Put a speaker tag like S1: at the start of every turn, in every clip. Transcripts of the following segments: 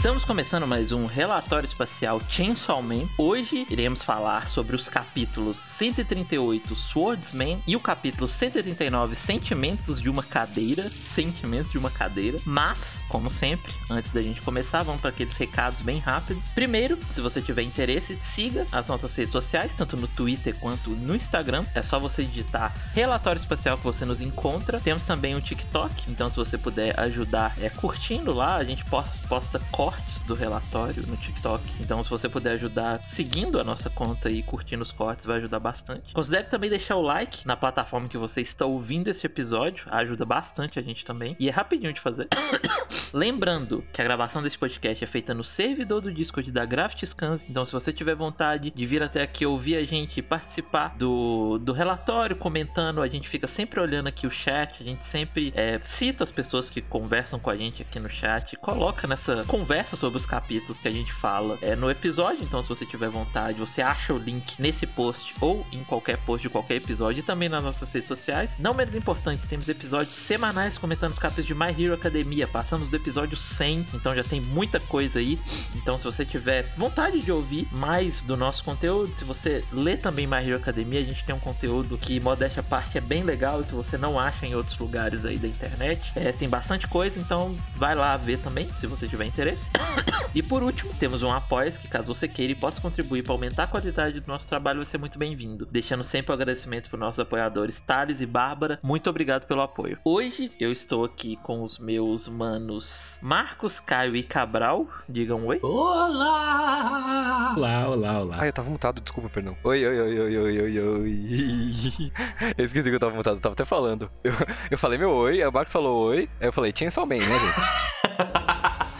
S1: Estamos começando mais um relatório espacial Chainsaw Man. Hoje iremos falar sobre os capítulos 138 Swordsman e o capítulo 139 Sentimentos de uma Cadeira. Mas, como sempre, antes da gente começar, vamos para aqueles recados bem rápidos. Primeiro, se você tiver interesse, siga as nossas redes sociais, tanto no Twitter quanto no Instagram. É só você digitar Relatório Espacial que você nos encontra. Temos também o TikTok, então se você puder ajudar curtindo lá, a gente posta cortes do relatório no TikTok. Então se você puder ajudar seguindo a nossa conta e curtindo os cortes, vai ajudar bastante. Considere também deixar o like na plataforma que você está ouvindo esse episódio, ajuda bastante a gente também. E é rapidinho de fazer. Lembrando que a gravação desse podcast é feita no servidor do Discord da Graft Scans, então se você tiver vontade de vir até aqui ouvir a gente e participar do relatório, comentando, a gente fica sempre olhando aqui o chat, a gente sempre cita as pessoas que conversam com a gente aqui no chat, coloca nessa conversa sobre os capítulos que a gente fala no episódio. Então se você tiver vontade, você acha o link nesse post ou em qualquer post de qualquer episódio e também nas nossas redes sociais. Não menos importante, temos episódios semanais comentando os capítulos de My Hero Academia, passamos do episódio 100, então já tem muita coisa aí. Então se você tiver vontade de ouvir mais do nosso conteúdo, se você lê também My Hero Academia, a gente tem um conteúdo que, modéstia à parte, é bem legal e que você não acha em outros lugares aí da internet. Tem bastante coisa, então vai lá ver também, se você tiver interesse. E por último, temos um Apoia-se que, caso você queira e possa contribuir para aumentar a qualidade do nosso trabalho, vai ser muito bem-vindo. Deixando sempre o agradecimento para os nossos apoiadores Thales e Bárbara. Muito obrigado pelo apoio. Hoje eu estou aqui com os meus manos Marcos, Caio e Cabral. Digam oi.
S2: Olá!
S3: Olá.
S2: Eu tava mutado, desculpa, perdão. Oi. Eu esqueci que eu tava mutado, eu tava até falando. Eu falei meu oi, aí o Marcos falou oi, aí eu falei, Chainsaw Man, né, gente?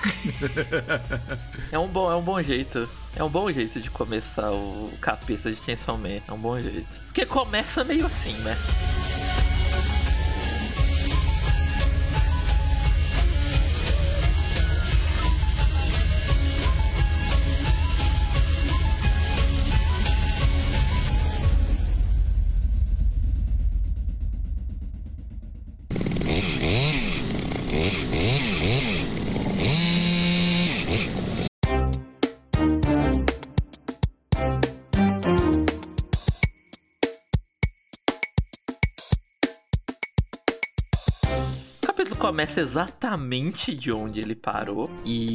S1: É um bom jeito. É um bom jeito de começar o capítulo de Chainsaw Man. É um bom jeito. Porque começa meio assim, né? Começa exatamente de onde ele parou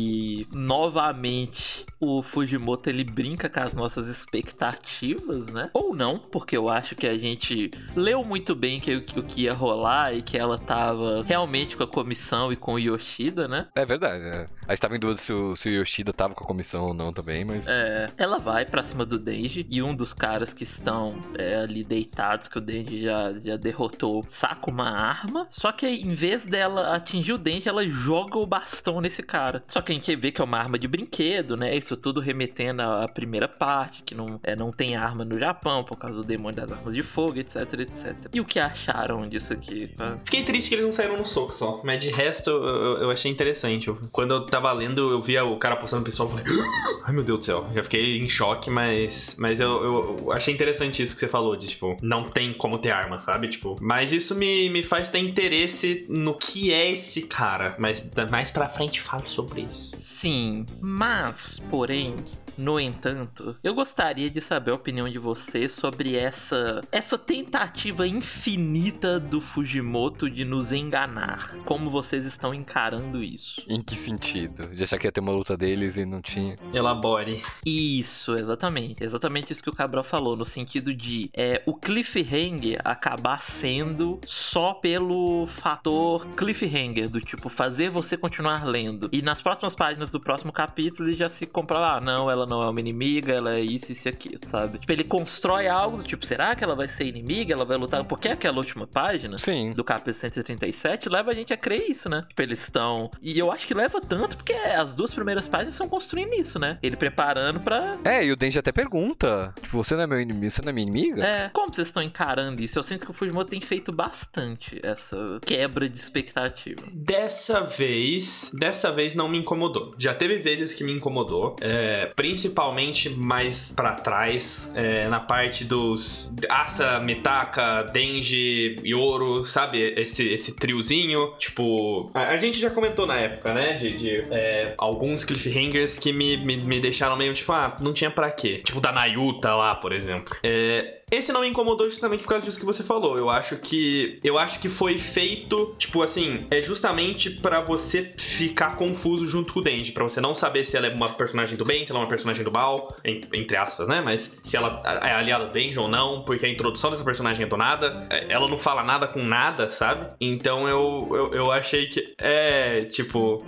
S1: e novamente o Fujimoto ele brinca com as nossas expectativas, né? Ou não, porque eu acho que a gente leu muito bem o que ia rolar e que ela tava realmente com a comissão e com o Yoshida, né?
S2: É verdade, A gente tava em dúvida se o Yoshida tava com a comissão ou não também, mas...
S1: Ela vai pra cima do Denji e um dos caras que estão ali deitados, que o Denji já derrotou, saca uma arma, só que em vez dela atingir o Denji, ela joga o bastão nesse cara. Só que a gente vê que é uma arma de brinquedo, né? Isso tudo remetendo à primeira parte, que não tem arma no Japão por causa do demônio das armas de fogo, etc. E o que acharam disso aqui?
S3: Fiquei triste que eles não saíram no soco só, mas de resto eu achei interessante. Quando eu tava lendo, eu via o cara postando o pessoal e falei, ai meu Deus do céu, já fiquei em choque, mas eu achei interessante isso que você falou, de tipo, não tem como ter arma, sabe? Tipo, mas isso me faz ter interesse no que é esse cara, mas mais pra frente falo sobre isso.
S1: Sim, mas, porém, no entanto, eu gostaria de saber a opinião de você sobre essa tentativa infinita do Fujimoto de nos enganar. Como vocês estão encarando isso?
S2: Em que sentido? De achar que ia ter uma luta deles e não tinha?
S3: Elabore.
S1: Isso, exatamente. Exatamente isso que o Cabral falou, no sentido de o cliffhanger acabar sendo só pelo fator cliffhanger, do tipo, fazer você continuar lendo. E nas próximas páginas do próximo capítulo ele já se compra não, ela não é uma inimiga, ela é isso e aquilo, sabe? Tipo, ele constrói algo do tipo, será que ela vai ser inimiga? Ela vai lutar? Porque aquela última página do capítulo 137 leva a gente a crer isso, né? Tipo, eles estão... E eu acho que leva tanto porque as duas primeiras páginas estão construindo isso, né? Ele preparando pra...
S2: E o Denji até pergunta, tipo, você não é meu inimigo, você não é minha inimiga?
S1: Como vocês estão encarando isso? Eu sinto que o Fujimoto tem feito bastante essa quebra de expectativa expectativa.
S3: Dessa vez não me incomodou. Já teve vezes que me incomodou, principalmente mais pra trás, na parte dos Asa, Mitaka, Denji, Yoru, sabe? Esse triozinho. Tipo, a gente já comentou na época, né? De alguns cliffhangers que me deixaram meio tipo, não tinha pra quê. Tipo, da Nayuta lá, por exemplo. Esse não me incomodou justamente por causa disso que você falou. Eu acho que foi feito, tipo assim, justamente pra você ficar confuso junto com o Denji, pra você não saber se ela é uma personagem do bem, se ela é uma personagem do mal, entre aspas, né? Mas se ela é aliada do Denji ou não, porque a introdução dessa personagem é do nada, ela não fala nada com nada, sabe? Então eu achei que tipo...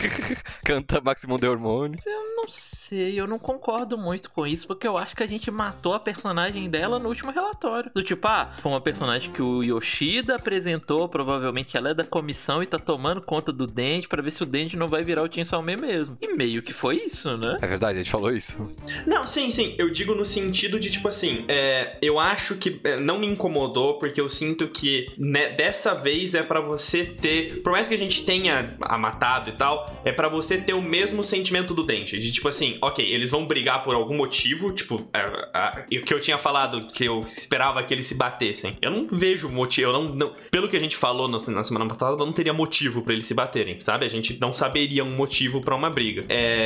S2: Canta Maximum de Hormônio.
S1: Eu não sei, eu não concordo muito com isso, porque eu acho que a gente matou a personagem dela no último relatório. Do tipo, foi uma personagem que o Yoshida apresentou, provavelmente ela é da comissão e tá tomando conta do Denji pra ver se o Denji não vai virar o Chainsaw Man mesmo. E meio que foi isso, né?
S2: É verdade, a gente falou isso.
S3: Não, sim, eu digo no sentido de, tipo assim, eu acho que não me incomodou, porque eu sinto que dessa vez é pra você ter, por mais que a gente tenha a matado e tal, é pra você ter o mesmo sentimento do Denji, de tipo assim, ok, eles vão brigar por algum motivo, tipo, o que eu tinha falado, que eu esperava que eles se batessem. Eu não vejo motivo, pelo que a gente falou na semana passada, não teria motivo pra eles se baterem, sabe? A gente não saberia um motivo pra uma briga.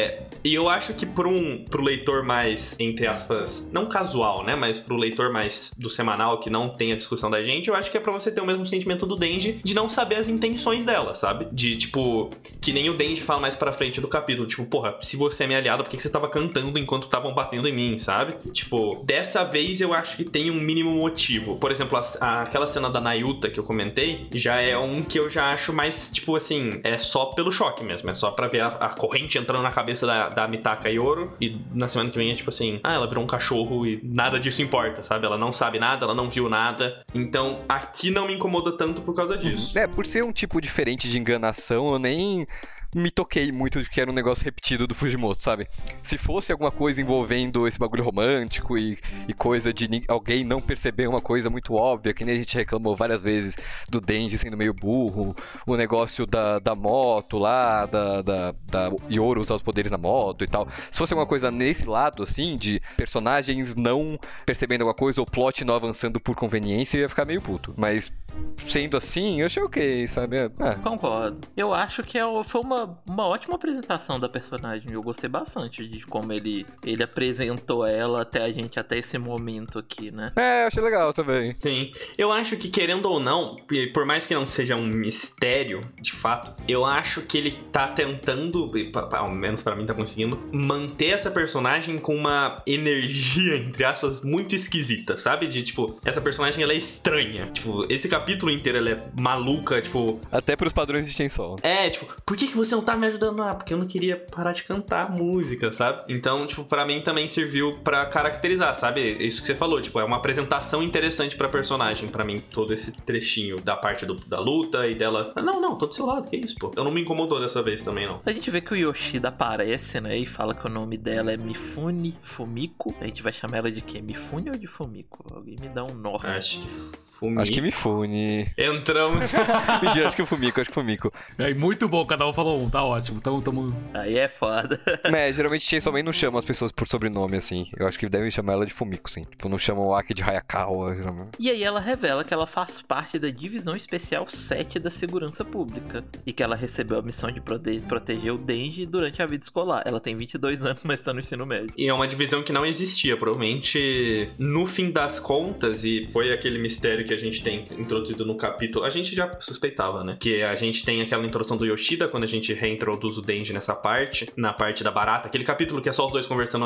S3: E eu acho que pro leitor mais, entre aspas, não casual, né? Mas pro leitor mais do semanal, que não tem a discussão da gente, eu acho que é pra você ter o mesmo sentimento do Denji de não saber as intenções dela, sabe? De, tipo, que nem o Denji fala mais pra frente do capítulo, tipo, porra, se você é minha aliada, por que você tava cantando enquanto estavam batendo em mim, sabe? Tipo, dessa vez eu acho que tem um mínimo motivo. Por exemplo, aquela cena da Nayuta que eu comentei, já é um que eu já acho mais, tipo assim, é só pelo choque mesmo, é só pra ver a corrente entrando na cabeça da Mitaka Yoru, e na semana que vem é tipo assim, ela virou um cachorro e nada disso importa, sabe? Ela não sabe nada, ela não viu nada, então aqui não me incomoda tanto por causa disso.
S2: Por ser um tipo diferente de enganação, eu nem me toquei muito de que era um negócio repetido do Fujimoto, sabe? Se fosse alguma coisa envolvendo esse bagulho romântico e coisa de alguém não perceber uma coisa muito óbvia, que nem a gente reclamou várias vezes do Denji sendo meio burro, o negócio da moto lá, da Yoru usar os poderes na moto e tal. Se fosse alguma coisa nesse lado, assim, de personagens não percebendo alguma coisa ou plot não avançando por conveniência, eu ia ficar meio puto. Mas sendo assim, eu achei ok, sabe?
S1: Concordo. Eu acho que foi uma ótima apresentação da personagem. Eu gostei bastante de como ele apresentou ela até esse momento aqui, né?
S2: Achei legal também.
S3: Sim. Eu acho que, querendo ou não, por mais que não seja um mistério, de fato, eu acho que ele tá tentando, ao menos pra mim tá conseguindo, manter essa personagem com uma energia, entre aspas, muito esquisita, sabe? De, tipo, essa personagem, ela é estranha. Tipo, esse capítulo inteiro, ela é maluca, tipo...
S2: Até pros padrões de Chainsaw.
S3: Tipo, por que você não tá me ajudando? Porque eu não queria parar de cantar música, sabe? Então, tipo, pra mim também serviu pra caracterizar, sabe? Isso que você falou, tipo, é uma apresentação interessante pra personagem, pra mim, todo esse trechinho da parte da luta e dela... Não, tô do seu lado, que isso, pô? Eu não me incomodou dessa vez também, não.
S1: A gente vê que o Yoshida aparece, né, e fala que o nome dela é Mifune Fumiko. A gente vai chamar ela de quê? Mifune ou de Fumiko? Alguém me dá um norte.
S3: Acho que Fumiko.
S2: Acho que Mifune.
S3: Entramos.
S2: Mentira, acho que Fumiko.
S4: Muito bom, cada um falou um, tá ótimo. Tamo...
S1: Aí é foda.
S2: Geralmente Chainsaw Man não chama as pessoas por sobrenome, assim. Eu acho que devem chamar ela de Fumiko, sim. Tipo, não chamam o Aki de Hayakawa. Geralmente.
S1: E aí ela revela que ela faz parte da Divisão Especial 7 da Segurança Pública. E que ela recebeu a missão de proteger o Denji durante a vida escolar. Ela tem 22 anos, mas tá no ensino médio.
S3: E é uma divisão que não existia. Provavelmente, no fim das contas, e foi aquele mistério que a gente tem introduzido no capítulo, a gente já suspeitava, né? Que a gente tem aquela introdução do Yoshida, quando a gente reintroduz o Denji nessa parte, na parte da barata, aquele capítulo que é só os dois conversando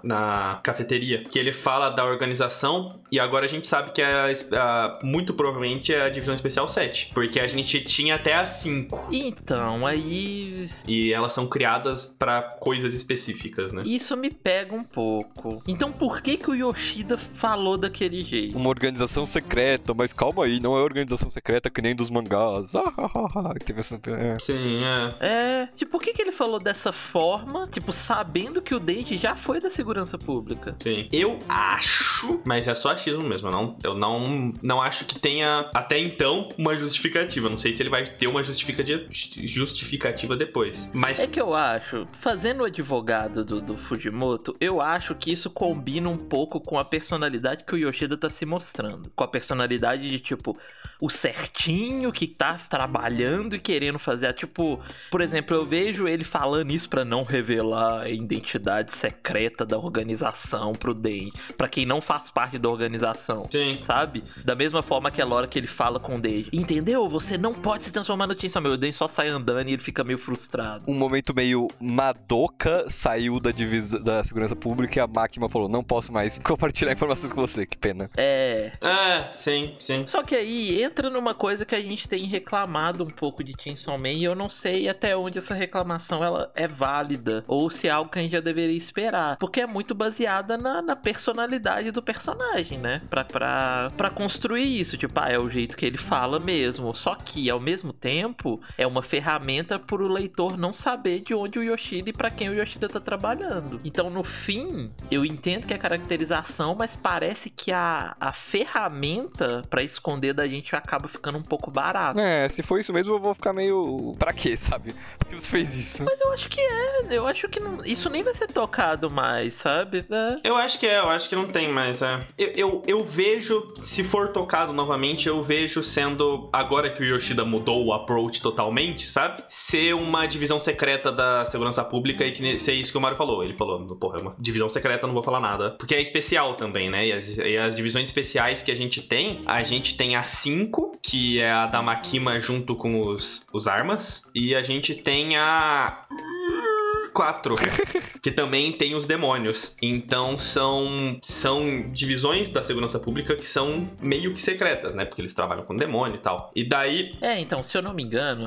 S3: na cafeteria, que ele fala da organização, e agora a gente sabe que muito provavelmente é a Divisão Especial 7, porque a gente tinha até a 5.
S1: Então, aí...
S3: E elas são criadas pra coisas específicas, né?
S1: Isso me pega um pouco. Então por que o Yoshida falou daquele jeito?
S2: Uma organização secreta, mas calma aí, não é é organização secreta que nem dos mangás. Teve essa...
S3: Sim,
S1: Tipo, por que ele falou dessa forma? Tipo, sabendo que o Denji já foi da segurança pública.
S3: Sim. Eu acho, mas é só achismo mesmo. Eu não acho que tenha, até então, uma justificativa. Não sei se ele vai ter uma justificativa depois. Mas...
S1: É que eu acho, fazendo o advogado do Fujimoto, eu acho que isso combina um pouco com a personalidade que o Yoshida tá se mostrando. Com a personalidade de, tipo, o certinho que tá trabalhando e querendo fazer. Tipo, por exemplo, eu vejo ele falando isso pra não revelar a identidade secreta da organização pro Den, pra quem não faz parte da organização.
S3: Sim.
S1: Sabe? Da mesma forma aquela hora que ele fala com o Den, entendeu? Você não pode se transformar no Chainsaw Man. O Den só sai andando e ele fica meio frustrado.
S2: Um momento meio Madoka saiu da segurança pública e a Makima falou, não posso mais compartilhar informações com você, que pena.
S3: Sim.
S1: Só que aí entra numa coisa que a gente tem reclamado um pouco de Chainsaw Man e eu não sei até onde essa reclamação ela é válida ou se é algo que a gente já deveria esperar, porque é muito baseada na personalidade do personagem, né? Pra construir isso, tipo, é o jeito que ele fala mesmo, só que ao mesmo tempo é uma ferramenta pro leitor não saber de onde o Yoshida e pra quem o Yoshida tá trabalhando. Então no fim, eu entendo que é caracterização, mas parece que a ferramenta pra esconder da gente acaba ficando um pouco barato.
S2: Se for isso mesmo, eu vou ficar meio... Pra quê, sabe? Por que você fez isso?
S1: Mas eu acho que não, isso nem vai ser tocado mais, sabe?
S3: Eu acho que não tem mais, Eu vejo, se for tocado novamente, eu vejo sendo, agora que o Yoshida mudou o approach totalmente, sabe? Ser uma divisão secreta da segurança pública e que ser isso que o Mario falou. Ele falou, porra, é uma divisão secreta, não vou falar nada. Porque é especial também, né? E as divisões especiais que a gente tem a 5, que é a da Makima junto com os armas, e a gente tem a 4, que também tem os demônios. Então são divisões da segurança pública que são meio que secretas, né? Porque eles trabalham com demônio e tal. E daí...
S1: então, se eu não me engano,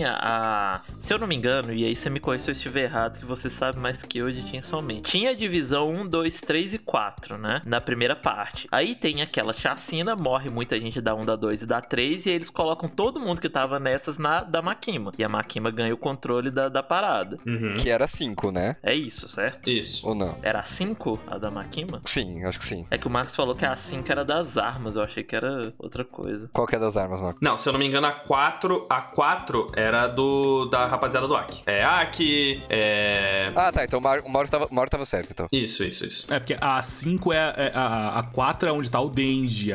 S1: se eu não me engano, e aí você me corrige se eu estiver errado, que você sabe mais que eu de Chainsaw Man. Tinha a divisão 1, 2, 3 e 4, né? Na primeira parte. Aí tem aquela chacina, morre muita gente da 1, da 2 e da 3, e aí eles colocam todo mundo que tava nessas da Makima. E a Makima ganha o controle da parada.
S3: Uhum.
S2: Que era 5, né?
S1: É isso, certo?
S3: Isso.
S2: Ou não?
S1: Era a 5, a da Makima?
S2: Sim, acho que sim.
S1: É que o Marcos falou que a 5 era das armas, eu achei que era outra coisa.
S2: Qual que é das armas, Marcos?
S3: Não, se eu não me engano, a 4 era da rapaziada do Aki. Aki,
S2: tá, então o Mauro tava certo, então.
S3: Isso.
S4: É, porque a 5 a 4 é onde tá o Denji,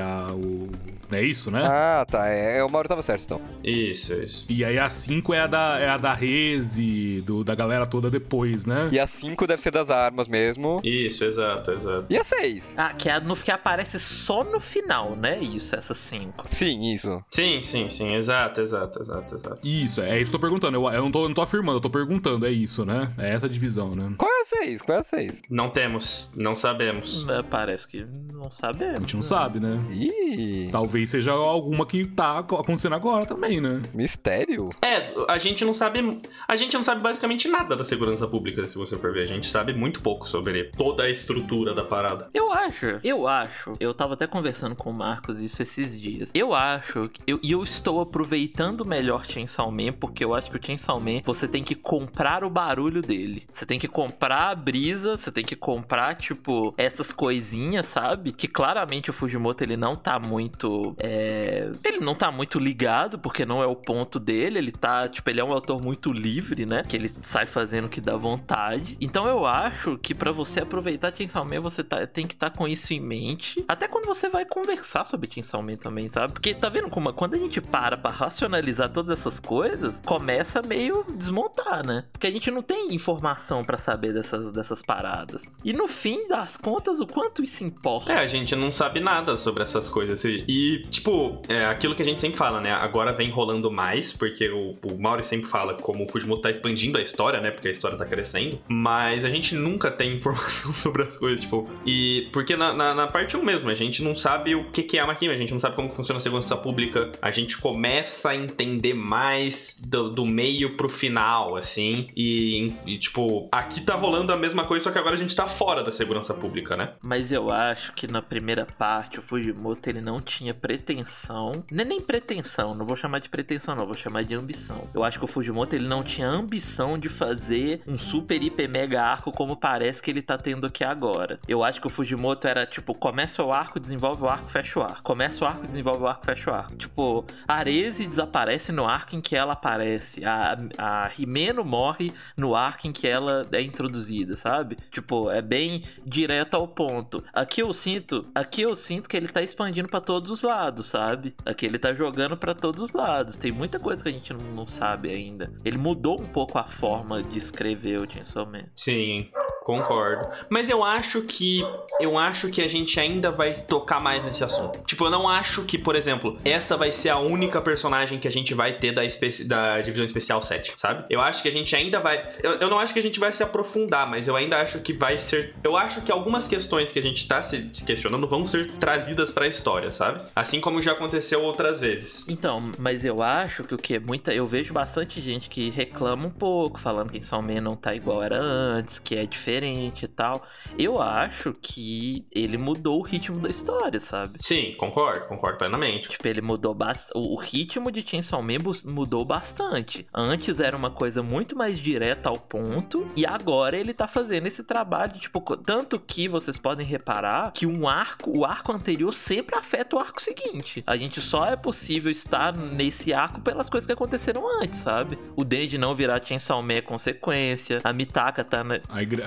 S4: é isso, né?
S2: Tá, o Mauro tava certo, então.
S3: Isso.
S4: E aí a 5 é a da Reze, da galera toda depois, né?
S2: E a 5 deve ser das armas mesmo.
S3: Isso, exato.
S2: E a 6?
S1: Que é a que aparece só no final, né? Isso, essa 5.
S2: Sim, isso.
S3: Sim, exato.
S4: Isso, é isso que eu tô perguntando. Eu não tô afirmando, eu tô perguntando, é isso, né? É essa divisão, né?
S2: Qual é a 6?
S3: Não temos, não sabemos.
S1: Parece que não sabemos.
S4: A gente não sabe, né?
S2: Ih.
S4: Talvez seja alguma que tá acontecendo agora também, né?
S2: Mistério?
S3: A gente não sabe basicamente nada da segurança pública, se você for ver. A gente sabe muito pouco sobre toda a estrutura da parada.
S1: Eu acho. Eu tava até conversando com o Marcos isso esses dias. Eu acho, eu estou aproveitando melhor Chainsaw Man, porque eu acho que o Chainsaw Man, você tem que comprar o barulho dele. Você tem que comprar a brisa, você tem que comprar, tipo, essas coisinhas, sabe? Que claramente o Fujimoto, ele não tá muito... Ele não tá muito ligado, porque não é o ponto dele. Ele tá, tipo, ele é um autor muito livre, né? Que ele sai fazendo o que dá vontade. Então eu acho que pra você aproveitar Chainsaw Man, você tem que estar com isso em mente. Até quando você vai conversar sobre Chainsaw Man também, sabe? Porque tá vendo como quando a gente para pra racionalizar todas essas coisas, começa a meio desmontar, né? Porque a gente não tem informação pra saber dessas paradas. E no fim das contas, o quanto isso importa?
S3: A gente não sabe nada sobre essas coisas. E tipo, aquilo que a gente sempre fala, né? Agora vem rolando mais, porque o Mauri sempre fala como o Fujimoto tá expandindo a história, né? Porque a história história tá crescendo, mas a gente nunca tem informação sobre as coisas, tipo, e porque na parte 1 mesmo, a gente não sabe o que é a Makima, a gente não sabe como funciona a segurança pública, a gente começa a entender mais do meio pro final, assim, e tipo, aqui tá rolando a mesma coisa, só que agora a gente tá fora da segurança pública, né?
S1: Mas eu acho que na primeira parte o Fujimoto ele não tinha pretensão, nem pretensão, não vou chamar de pretensão não, vou chamar de ambição. Eu acho que o Fujimoto ele não tinha ambição de fazer um super hiper mega arco como parece que ele tá tendo aqui agora. Eu acho que o Fujimoto era tipo, começa o arco, desenvolve o arco, fecha o arco. Começa o arco, desenvolve o arco, fecha o arco. Tipo, a Arese desaparece no arco em que ela aparece. A Himeno morre no arco em que ela é introduzida, sabe? Tipo, é bem direto ao ponto. Aqui eu sinto que ele tá expandindo pra todos os lados, sabe? Aqui ele tá jogando pra todos os lados. Tem muita coisa que a gente não sabe ainda. Ele mudou um pouco a forma de escrever o Chainsaw Man.
S3: Sim, concordo. Mas eu acho que a gente ainda vai tocar mais nesse assunto. Tipo, eu não acho que, por exemplo, essa vai ser a única personagem que a gente vai ter da Divisão Especial 7, sabe? Eu acho que a gente ainda vai... Eu não acho que a gente vai se aprofundar, mas eu ainda acho que vai ser... Eu acho que algumas questões que a gente tá se questionando vão ser trazidas pra história, sabe? Assim como já aconteceu outras vezes.
S1: Então, mas eu acho que o que eu vejo bastante gente que reclama um pouco, falando que Chainsaw Man não tá igual era antes, que é diferente e tal. Eu acho que ele mudou o ritmo da história, sabe?
S3: Sim, concordo plenamente.
S1: Tipo, ele mudou bastante. O ritmo de Chainsaw Man mudou bastante. Antes era uma coisa muito mais direta ao ponto, e agora ele tá fazendo esse trabalho, tipo, tanto que vocês podem reparar que o arco anterior sempre afeta o arco seguinte. A gente só é possível estar nesse arco pelas coisas que aconteceram antes, sabe? O Denji não virar Chainsaw Man é consequência, a Mitaka tá na...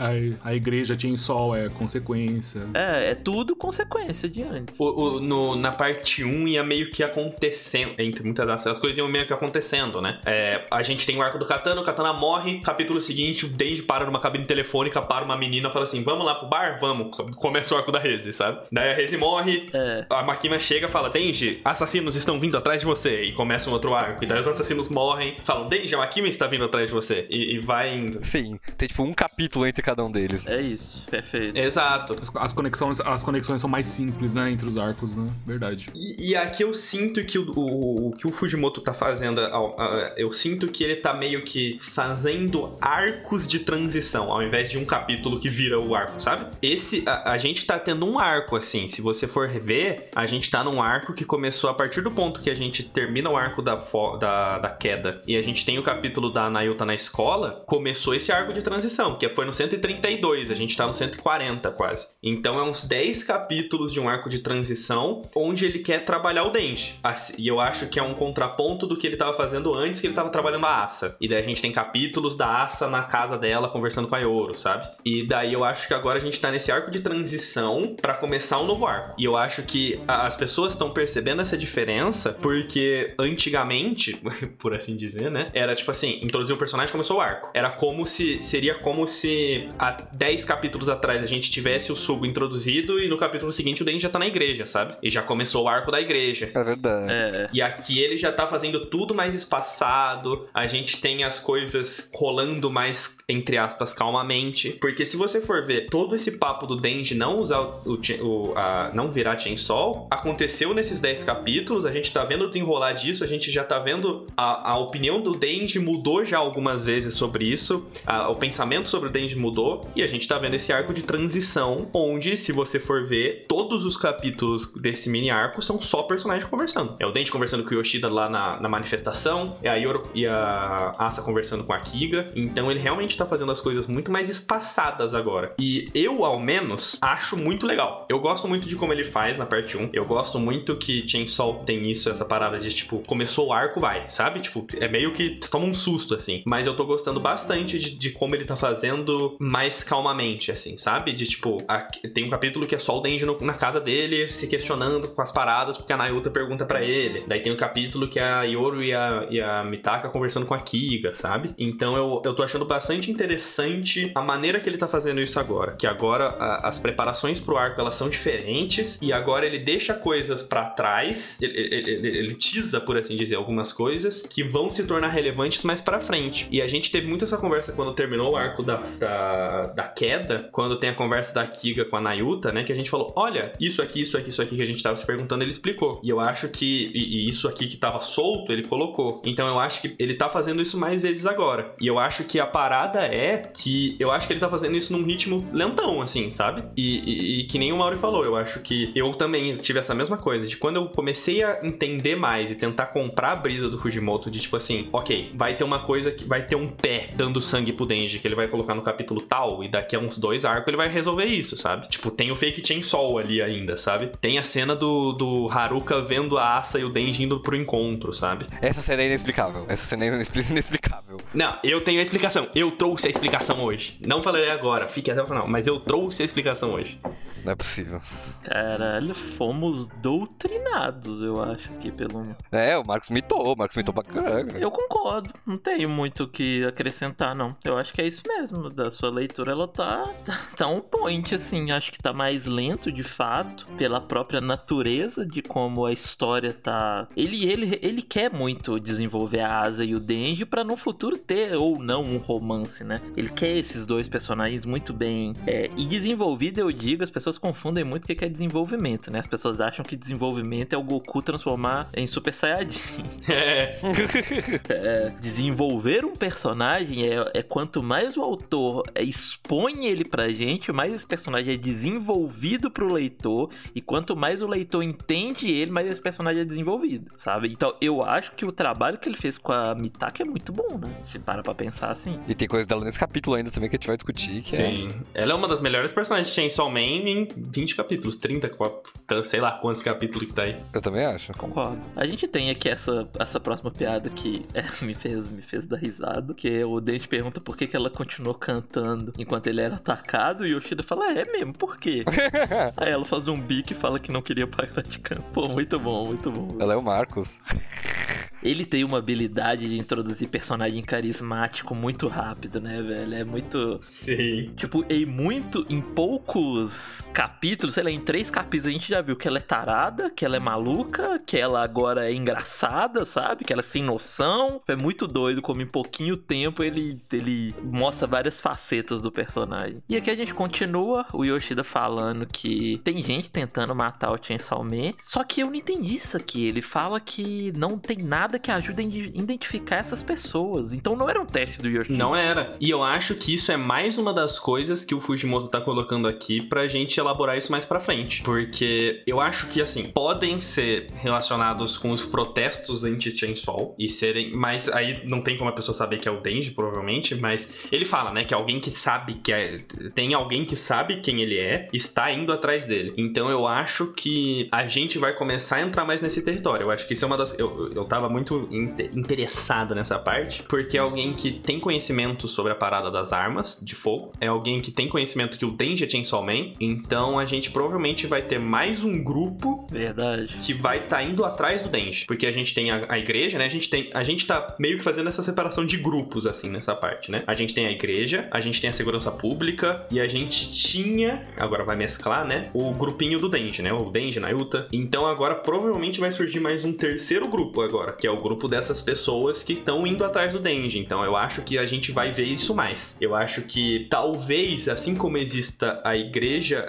S4: A igreja Chainsaw é consequência.
S1: É tudo consequência de antes.
S3: Na parte 1 ia meio que acontecendo, entre muitas das coisas iam meio que acontecendo, né? A gente tem o arco do Katana, o Katana morre, capítulo seguinte, o Denji para numa cabine telefônica, para uma menina e fala assim, vamos lá pro bar? Vamos. Começa o arco da Reze, sabe? Daí a Reze morre, a Makima chega e fala, Denji, assassinos estão vindo atrás de você, e começa um outro arco. E daí os assassinos morrem, falam, Denji, a Makima está vindo atrás de você, e vai indo.
S2: Sim, tem tipo um capítulo entre cada um deles.
S1: É isso, perfeito.
S3: Exato.
S4: As conexões são mais simples, né, entre os arcos, né? Verdade.
S3: E aqui eu sinto que o que o Fujimoto tá fazendo, eu sinto que ele tá meio que fazendo arcos de transição, ao invés de um capítulo que vira o arco, sabe? A gente tá tendo um arco, assim, se você for rever, a gente tá num arco que começou a partir do ponto que a gente termina o arco da queda, e a gente tem o capítulo da Nayuta na escola, começou esse arco de transição, que foi no 132, a gente tá no 140 quase. Então é uns 10 capítulos de um arco de transição, onde ele quer trabalhar o Denji. E eu acho que é um contraponto do que ele tava fazendo antes, que ele tava trabalhando a Asa. E daí a gente tem capítulos da Asa na casa dela, conversando com a Yoro, sabe? E daí eu acho que agora a gente tá nesse arco de transição pra começar um novo arco. E eu acho que as pessoas estão percebendo essa diferença, porque antigamente, por assim dizer, né? Era tipo assim, introduziu o personagem, começou o arco. Seria como se há 10 capítulos atrás a gente tivesse o Sugo introduzido e no capítulo seguinte o Denji já tá na igreja, sabe? E já começou o arco da igreja.
S2: É verdade.
S3: E aqui ele já tá fazendo tudo mais espaçado, a gente tem as coisas rolando mais, entre aspas, calmamente. Porque se você for ver, todo esse papo do Denji não usar não virar Chainsaw, aconteceu nesses 10 capítulos, a gente tá vendo o desenrolar disso, a gente já tá vendo a opinião do Denji mudou já algumas vezes sobre isso, o pensamento sobre o Denji mudou, e a gente tá vendo esse arco de transição, onde, se você for ver, todos os capítulos desse mini arco são só personagens conversando. É o Denji conversando com o Yoshida lá na manifestação, é a Yoro e a Asa conversando com a Kiga, então ele realmente tá fazendo as coisas muito mais espaçadas agora. E eu, ao menos, acho muito legal. Eu gosto muito de como ele faz na parte 1, eu gosto muito que Chainsaw tem isso, essa parada de, tipo, começou o arco, vai, sabe? Tipo, é meio que toma um susto, assim. Mas eu tô gostando bastante de como ele tá fazendo mais mais calmamente, assim, sabe? De tipo, tem um capítulo que é só o Denji na casa dele, se questionando com as paradas, porque a Nayuta pergunta pra ele. Daí tem um capítulo que é a Yoru e a Mitaka conversando com a Kiga, sabe? Então eu tô achando bastante interessante a maneira que ele tá fazendo isso agora. Que agora as preparações pro arco, elas são diferentes, e agora ele deixa coisas pra trás, ele teasa, por assim dizer, algumas coisas que vão se tornar relevantes mais pra frente. E a gente teve muito essa conversa quando terminou o arco da queda, quando tem a conversa da Kiga com a Nayuta, né? Que a gente falou, olha, isso aqui que a gente tava se perguntando, ele explicou. E eu acho que e isso aqui que tava solto, ele colocou. Então eu acho que ele tá fazendo isso mais vezes agora. E eu acho que a parada é que eu acho que ele tá fazendo isso num ritmo lentão, assim, sabe? E que nem o Mauri falou, eu acho que eu também tive essa mesma coisa, de quando eu comecei a entender mais e tentar comprar a brisa do Fujimoto, de tipo assim, ok, vai ter uma coisa que vai ter um pé dando sangue pro Denji, que ele vai colocar no capítulo tal, e daqui a uns 2 arcos ele vai resolver isso, sabe? Tipo, tem o Fake Chainsaw ali ainda, sabe? Tem a cena do Haruka vendo a Asa e o Denji indo pro encontro, sabe?
S2: Essa cena é inexplicável. Inexplicável.
S3: Não, eu tenho a explicação. Eu trouxe a explicação hoje. Não falarei agora, fique até o final, mas eu trouxe a explicação hoje.
S2: Não é possível.
S1: Caralho, fomos doutrinados, eu acho, aqui pelo...
S2: O Marcos mitou pra caramba.
S1: Eu concordo, não tenho muito o que acrescentar, não. Eu acho que é isso mesmo, da sua leitura, ela tá on point, assim. Acho que tá mais lento, de fato, pela própria natureza de como a história tá... Ele quer muito desenvolver a Asa e o Denji pra no futuro ter, ou não, um romance, né? Ele quer esses dois personagens muito bem e desenvolvido, eu digo, as pessoas confundem muito o que é desenvolvimento, né? As pessoas acham que desenvolvimento é o Goku transformar em Super Saiyajin. Desenvolver um personagem é quanto mais o autor expõe ele pra gente, mais esse personagem é desenvolvido pro leitor, e quanto mais o leitor entende ele, mais esse personagem é desenvolvido, sabe? Então eu acho que o trabalho que ele fez com a Mitaka é muito bom, né? Se para pra pensar assim.
S2: E tem coisa dela nesse capítulo ainda também que a gente vai discutir, que
S3: Sim. Ela é uma das melhores personagens de Chainsaw Man em 20 capítulos, 30, sei lá quantos capítulos que tá aí.
S2: Eu também acho.
S1: Concordo. A gente tem aqui essa próxima piada que me fez dar risada, que o Denji pergunta por que ela continuou cantando enquanto ele era atacado, e o Yoshida fala, é mesmo, por quê? Aí ela faz um bico e fala que não queria parar de cantar. Pô, muito bom, muito bom.
S2: Ela é o Marcos.
S1: Ele tem uma habilidade de introduzir personagem carismático muito rápido, né, velho? É muito...
S3: Sim.
S1: Tipo, em poucos capítulos, sei lá, em 3 capítulos a gente já viu que ela é tarada, que ela é maluca, que ela agora é engraçada, sabe? Que ela é sem noção. É muito doido como em pouquinho tempo ele mostra várias facetas do personagem. E aqui a gente continua, o Yoshida falando que tem gente tentando matar o Chainsaw Man, só que eu não entendi isso aqui. Ele fala que não tem nada que ajude a identificar essas pessoas. Então não era um teste do Yoshida.
S3: Não era. E eu acho que isso é mais uma das coisas que o Fujimoto tá colocando aqui pra gente elaborar isso mais pra frente. Porque eu acho que, assim, podem ser relacionados com os protestos anti-Chainsaw e serem... Mas aí não tem como a pessoa saber que é o Denji, provavelmente, mas ele fala, né, que alguém que sabe tem alguém que sabe quem ele é, está indo atrás dele. Então eu acho que a gente vai começar a entrar mais nesse território. Eu acho que isso é uma das... Eu tava muito interessado nessa parte, porque é alguém que tem conhecimento sobre a parada das armas de fogo, é alguém que tem conhecimento que o Denji é Chainsaw Man, então a gente provavelmente vai ter mais um grupo que vai estar indo atrás do Denji, porque a gente tem a igreja, né, a gente tá meio que fazendo essa separação de grupos, assim, nessa parte, né, a gente tem a igreja, a gente tem a segurança pública, e a gente tinha, agora vai mesclar, né, o grupinho do Denji, né, o Denji, Nayuta, então agora provavelmente vai surgir mais um terceiro grupo agora, que é o grupo dessas pessoas que estão indo atrás do Denji. Então eu acho que a gente vai ver isso mais. Eu acho que talvez, assim como existe a igreja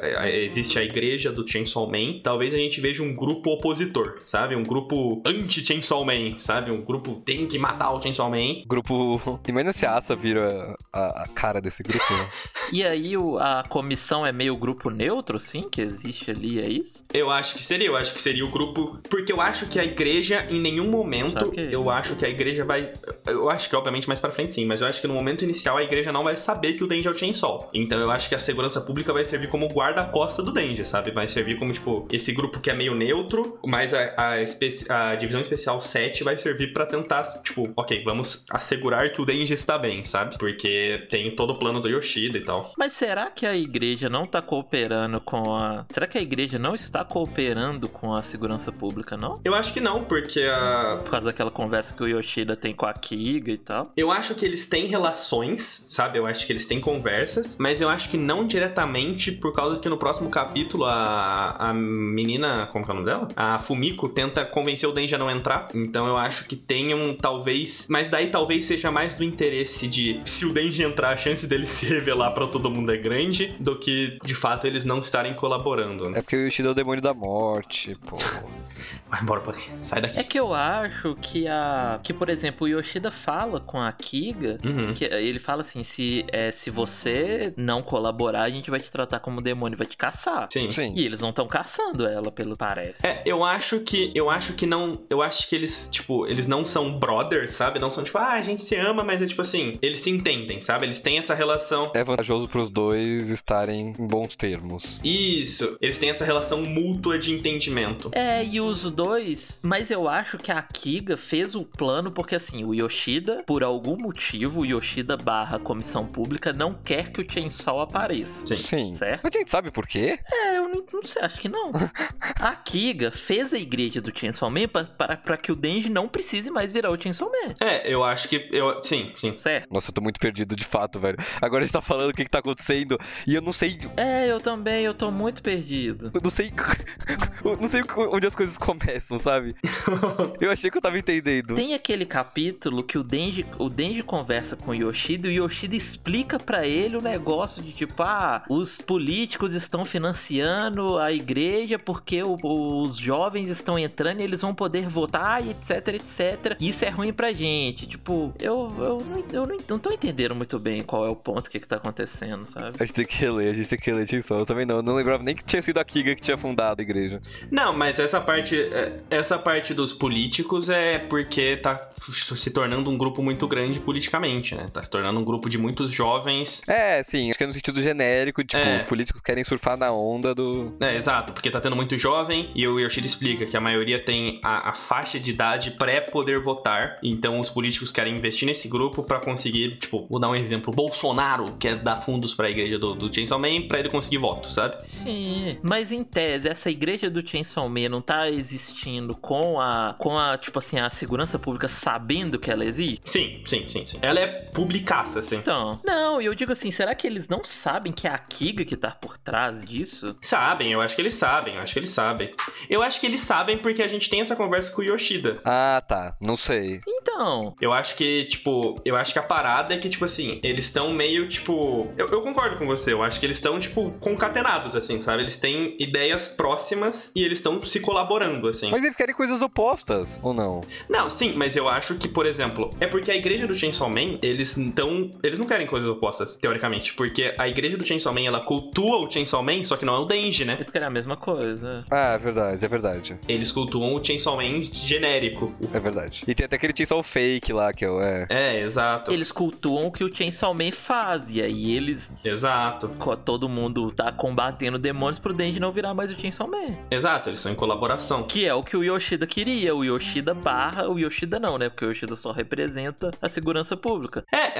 S3: do Chainsaw Man, talvez a gente veja um grupo opositor, sabe? Um grupo anti-Chainsaw Man, sabe? Um grupo tem que matar o Chainsaw Man.
S2: Grupo... Imagina se a Asa vira a cara desse grupo, né?
S1: E aí a comissão é meio grupo neutro, sim? Que existe ali, é isso?
S3: Eu acho que seria o grupo... Porque eu acho que a igreja, em nenhum momento,
S1: Só que-
S3: eu acho que a igreja vai... Eu acho que, obviamente, mais pra frente sim, mas eu acho que no momento inicial a igreja não vai saber que o Denji é o Chainsaw. Então eu acho que a segurança pública vai servir como guarda-costa do Denji, sabe? Vai servir como, tipo, esse grupo que é meio neutro, mas a divisão especial 7 vai servir pra tentar, tipo, ok, vamos assegurar que o Denji está bem, sabe? Porque tem todo o plano do Yoshida e tal.
S1: Mas será que a igreja não tá cooperando com a... Será que a igreja não está cooperando com a segurança pública, não?
S3: Eu acho que não, porque
S1: Por causa daquela conversa que o Yoshida tem com a Kiga e tal.
S3: eu acho que eles têm relações, sabe? Eu acho que eles têm conversas, mas eu acho que não diretamente, por causa que no próximo capítulo a menina, como que é o nome dela? A Fumiko tenta convencer o Denji a não entrar. Então eu acho que tem talvez... Mas daí talvez seja mais do interesse de, se o Denji entrar, a chance dele se revelar pra todo mundo é grande, do que, de fato, eles não estarem colaborando, né?
S2: É porque o Yoshida é o demônio da morte, pô.
S3: Vai embora pra aqui. Sai daqui.
S1: É que eu acho que por exemplo, o Yoshida fala com a Kiga,
S3: Uhum.
S1: que ele fala assim, se você não colaborar, a gente vai te tratar como demônio e vai te caçar.
S3: Sim.
S2: Sim.
S1: E eles não estão caçando ela, pelo parece.
S3: Eu acho que não. Eu acho que eles, tipo, eles não são brothers, sabe? Não são tipo, a gente se ama, mas é tipo assim, eles se entendem, sabe? Eles têm essa relação.
S2: É vantajoso pros dois estarem em bons termos.
S3: Isso, eles têm essa relação mútua de entendimento.
S1: E os dois, mas eu acho que a Kiga fez o plano porque assim, o Yoshida, por algum motivo, o Yoshida / comissão pública não quer que o Chainsaw apareça.
S3: Sim.
S1: Certo?
S2: Mas a gente sabe por quê?
S1: Eu não sei, acho que não. A Kiga fez a igreja do Chainsaw Man pra que o Denji não precise mais virar o Chainsaw Man.
S3: Eu acho que. Sim.
S1: Certo?
S2: Nossa, eu tô muito perdido de fato, velho. Agora a gente tá falando o que tá acontecendo e eu não sei.
S1: Eu também, eu tô muito perdido.
S2: Eu não sei. Eu não sei onde as coisas começam, sabe? Eu achei que eu tava entendendo.
S1: Tem aquele capítulo que o Denji conversa com o Yoshida e o Yoshida explica pra ele o negócio de tipo, os políticos estão financiando a igreja porque os jovens estão entrando e eles vão poder votar e etc, etc. E isso é ruim pra gente. Tipo, eu não tô entendendo muito bem qual é o ponto, o que tá acontecendo, sabe?
S2: A gente tem que reler Chainsaw. Eu também não. Eu não lembrava nem que tinha sido a Kiga que tinha fundado a igreja.
S3: Não, mas essa parte dos políticos é porque tá se tornando um grupo muito grande politicamente, né? Tá se tornando um grupo de muitos jovens.
S2: Sim, acho que é no sentido genérico, tipo, os políticos querem surfar na onda do...
S3: Exato, porque tá tendo muito jovem e o Yoshida explica que a maioria tem a faixa de idade pré-poder votar, então os políticos querem investir nesse grupo pra conseguir, tipo, vou dar um exemplo, Bolsonaro quer dar fundos pra igreja do Chainsaw Man pra ele conseguir votos, sabe?
S1: Sim, mas em tese, essa igreja do Chainsaw Man não tá existindo com a tipo assim, a segurança pública sabendo que ela existe?
S3: Sim. Ela é publicaça, assim.
S1: Então, não, e eu digo assim, será que eles não sabem que é a Kiga que tá por trás disso?
S3: Sabem, eu acho que eles sabem. Eu acho que eles sabem porque a gente tem essa conversa com o Yoshida.
S2: Ah, tá. Não sei.
S1: Então,
S3: Eu acho que a parada é que, tipo assim, eles estão meio, tipo... Eu concordo com você, eu acho que eles estão, tipo, concatenados, assim, sabe? Eles têm ideias próximas e eles estão se colaborando, assim.
S2: Mas eles querem coisas opostas, ou não?
S3: Não, sim, mas eu acho que, por exemplo, é porque a igreja do Chainsaw Man, eles não querem coisas opostas, teoricamente, porque a igreja do Chainsaw Man, ela cultua o Chainsaw Man, só que não é o Denji, né?
S1: eles querem a mesma coisa.
S2: É verdade.
S3: Eles cultuam o Chainsaw Man genérico.
S2: É verdade. E tem até aquele Chainsaw fake lá, que é o...
S3: Exato.
S1: Eles cultuam o que o Chainsaw Man fazia e eles...
S3: Exato.
S1: Todo mundo tá combatendo demônios pro Denji não virar mais o Chainsaw Man.
S3: Exato, eles são em colaboração.
S1: Que é o que o Yoshida queria. O Yoshida o Yoshida não, né? Porque o Yoshida só representa a segurança pública.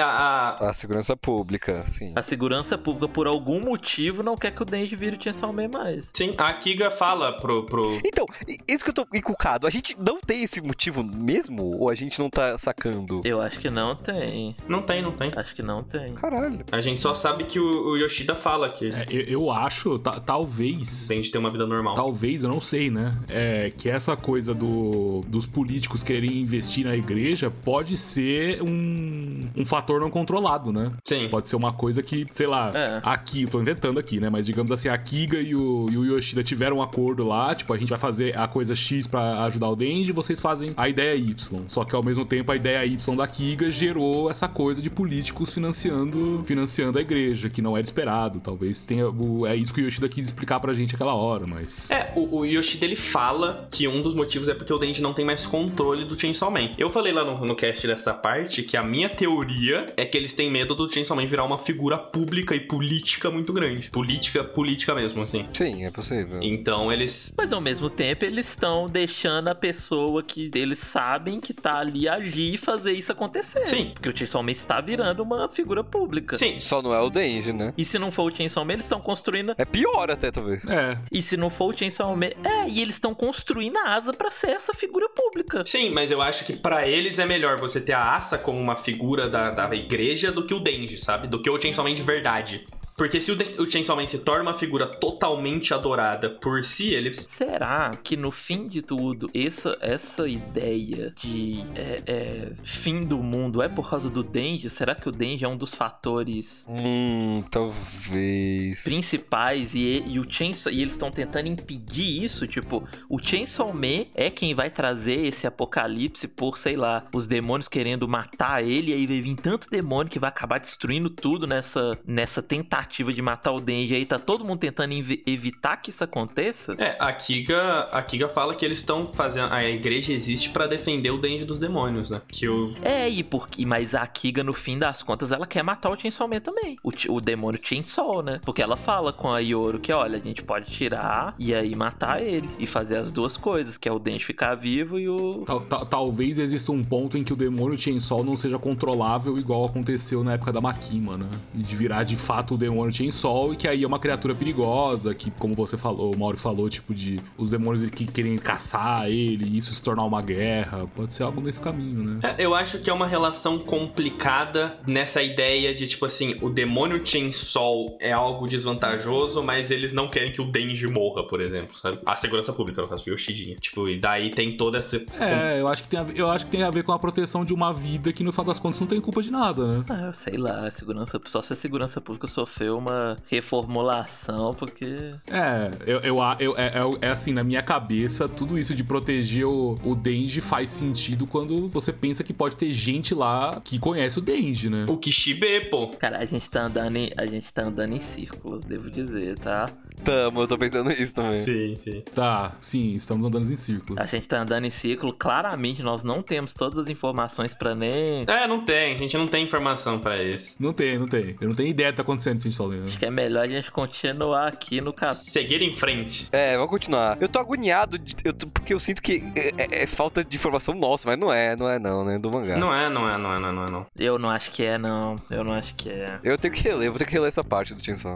S2: A segurança pública, sim.
S1: A segurança pública, por algum motivo, não quer que o Denji vire o Chainsaw Man mais.
S3: Sim, a Kiga fala pro...
S2: Então, isso que eu tô encucado. A gente não tem esse motivo mesmo? Ou a gente não tá sacando?
S1: Eu acho que não tem.
S3: Não tem.
S1: Acho que não tem.
S2: Caralho.
S3: A gente só sabe que o Yoshida fala que
S4: Eu acho, talvez...
S3: tem de ter uma vida normal.
S4: Talvez, eu não sei, né? Que essa coisa dos políticos quererem investir na igreja pode ser um fator não controlado, né?
S3: Sim.
S4: Pode ser uma coisa que, sei lá, aqui, eu tô inventando aqui, né? Mas digamos assim, a Kiga e o Yoshida tiveram um acordo lá, tipo, a gente vai fazer a coisa X pra ajudar o Denji, vocês fazem a ideia Y. Só que ao mesmo mesmo tempo, a ideia Y da Kiga gerou essa coisa de políticos financiando a igreja, que não era esperado. Talvez tenha... É isso que o Yoshida quis explicar pra gente aquela hora, mas...
S3: O Yoshida, ele fala que um dos motivos é porque o Denji não tem mais controle do Chainsaw Man. Eu falei lá no cast dessa parte que a minha teoria é que eles têm medo do Chainsaw Man virar uma figura pública e política muito grande. Política mesmo, assim.
S2: Sim, é possível.
S3: Então eles...
S1: Mas ao mesmo tempo eles estão deixando a pessoa que eles sabem que tá ali agir e fazer isso acontecer.
S3: Sim.
S1: Porque o Chainsaw Man está virando uma figura pública.
S3: Sim.
S2: Só não é o Denji, né?
S1: E se não for o Chainsaw Man, eles estão construindo...
S2: É pior até, talvez.
S1: E se não for o Chainsaw Man... E eles estão construindo a Asa pra ser essa figura pública.
S3: Sim, mas eu acho que pra eles é melhor você ter a Asa como uma figura da igreja do que o Denji, sabe? Do que o Chainsaw Man de verdade. Porque se o Chainsaw Man se torna uma figura totalmente adorada por si, ele...
S1: Será que no fim de tudo, essa ideia de fim do mundo é por causa do Denji? Será que o Denji é um dos fatores
S2: talvez
S1: principais e o Chainsaw, e eles estão tentando impedir isso? Tipo, o Chainsaw Man é quem vai trazer esse apocalipse por, sei lá, os demônios querendo matar ele, e aí vai vir tanto demônio que vai acabar destruindo tudo nessa tentativa de matar o Denji, aí tá todo mundo tentando evitar que isso aconteça?
S3: A Kiga fala que eles estão fazendo... A igreja existe pra defender o Denji dos demônios, né?
S1: Mas a Kiga, no fim das contas, ela quer matar o Chainsaw Man também. O demônio Chainsaw, né? Porque ela fala com a Yoru que, olha, a gente pode tirar e aí matar ele. E fazer as duas coisas, que é o Denji ficar vivo e o...
S4: Talvez exista um ponto em que o demônio Chainsaw não seja controlável igual aconteceu na época da Makima, né? E de virar de fato o demônio Chainsaw, e que aí é uma criatura perigosa, que, como você falou, o Mauri falou, tipo, de os demônios que querem caçar ele, e isso se tornar uma guerra. Pode ser algo nesse caminho, né?
S3: Eu acho que é uma relação complicada nessa ideia de, tipo assim, o demônio Chainsaw é algo desvantajoso, mas eles não querem que o Denji morra, por exemplo, sabe? A segurança pública, no caso, o Yoshidinha. Tipo, e daí tem toda essa...
S4: eu acho que tem a ver com a proteção de uma vida que, no final das contas, não tem culpa de nada, né?
S1: Sei lá, só se a segurança pública sofreu uma reformulação, porque...
S4: É assim, na minha cabeça, tudo isso de proteger o Denji faz sentido quando você pensa que pode ter gente lá que conhece o Denji, né?
S3: O Kishibe, pô.
S1: Cara, a gente tá andando em círculos, devo dizer, tá?
S2: Eu tô pensando nisso também.
S3: Sim.
S4: Sim, estamos andando em círculos.
S1: A gente tá andando em círculo, claramente nós não temos todas as informações pra nem...
S3: Não tem, a gente não tem informação pra isso.
S4: Não tem. Eu não tenho ideia do que tá acontecendo nesse Chainsaw Man.
S1: Acho que é melhor a gente continuar aqui no capítulo.
S3: Seguir em frente.
S2: Vamos continuar. Eu tô agoniado, porque eu sinto que é falta de informação nossa, mas não é não, né, do mangá.
S3: Não é.
S1: Eu não acho que é, não.
S2: Eu tenho que reler, vou ter que reler essa parte do Chainsaw.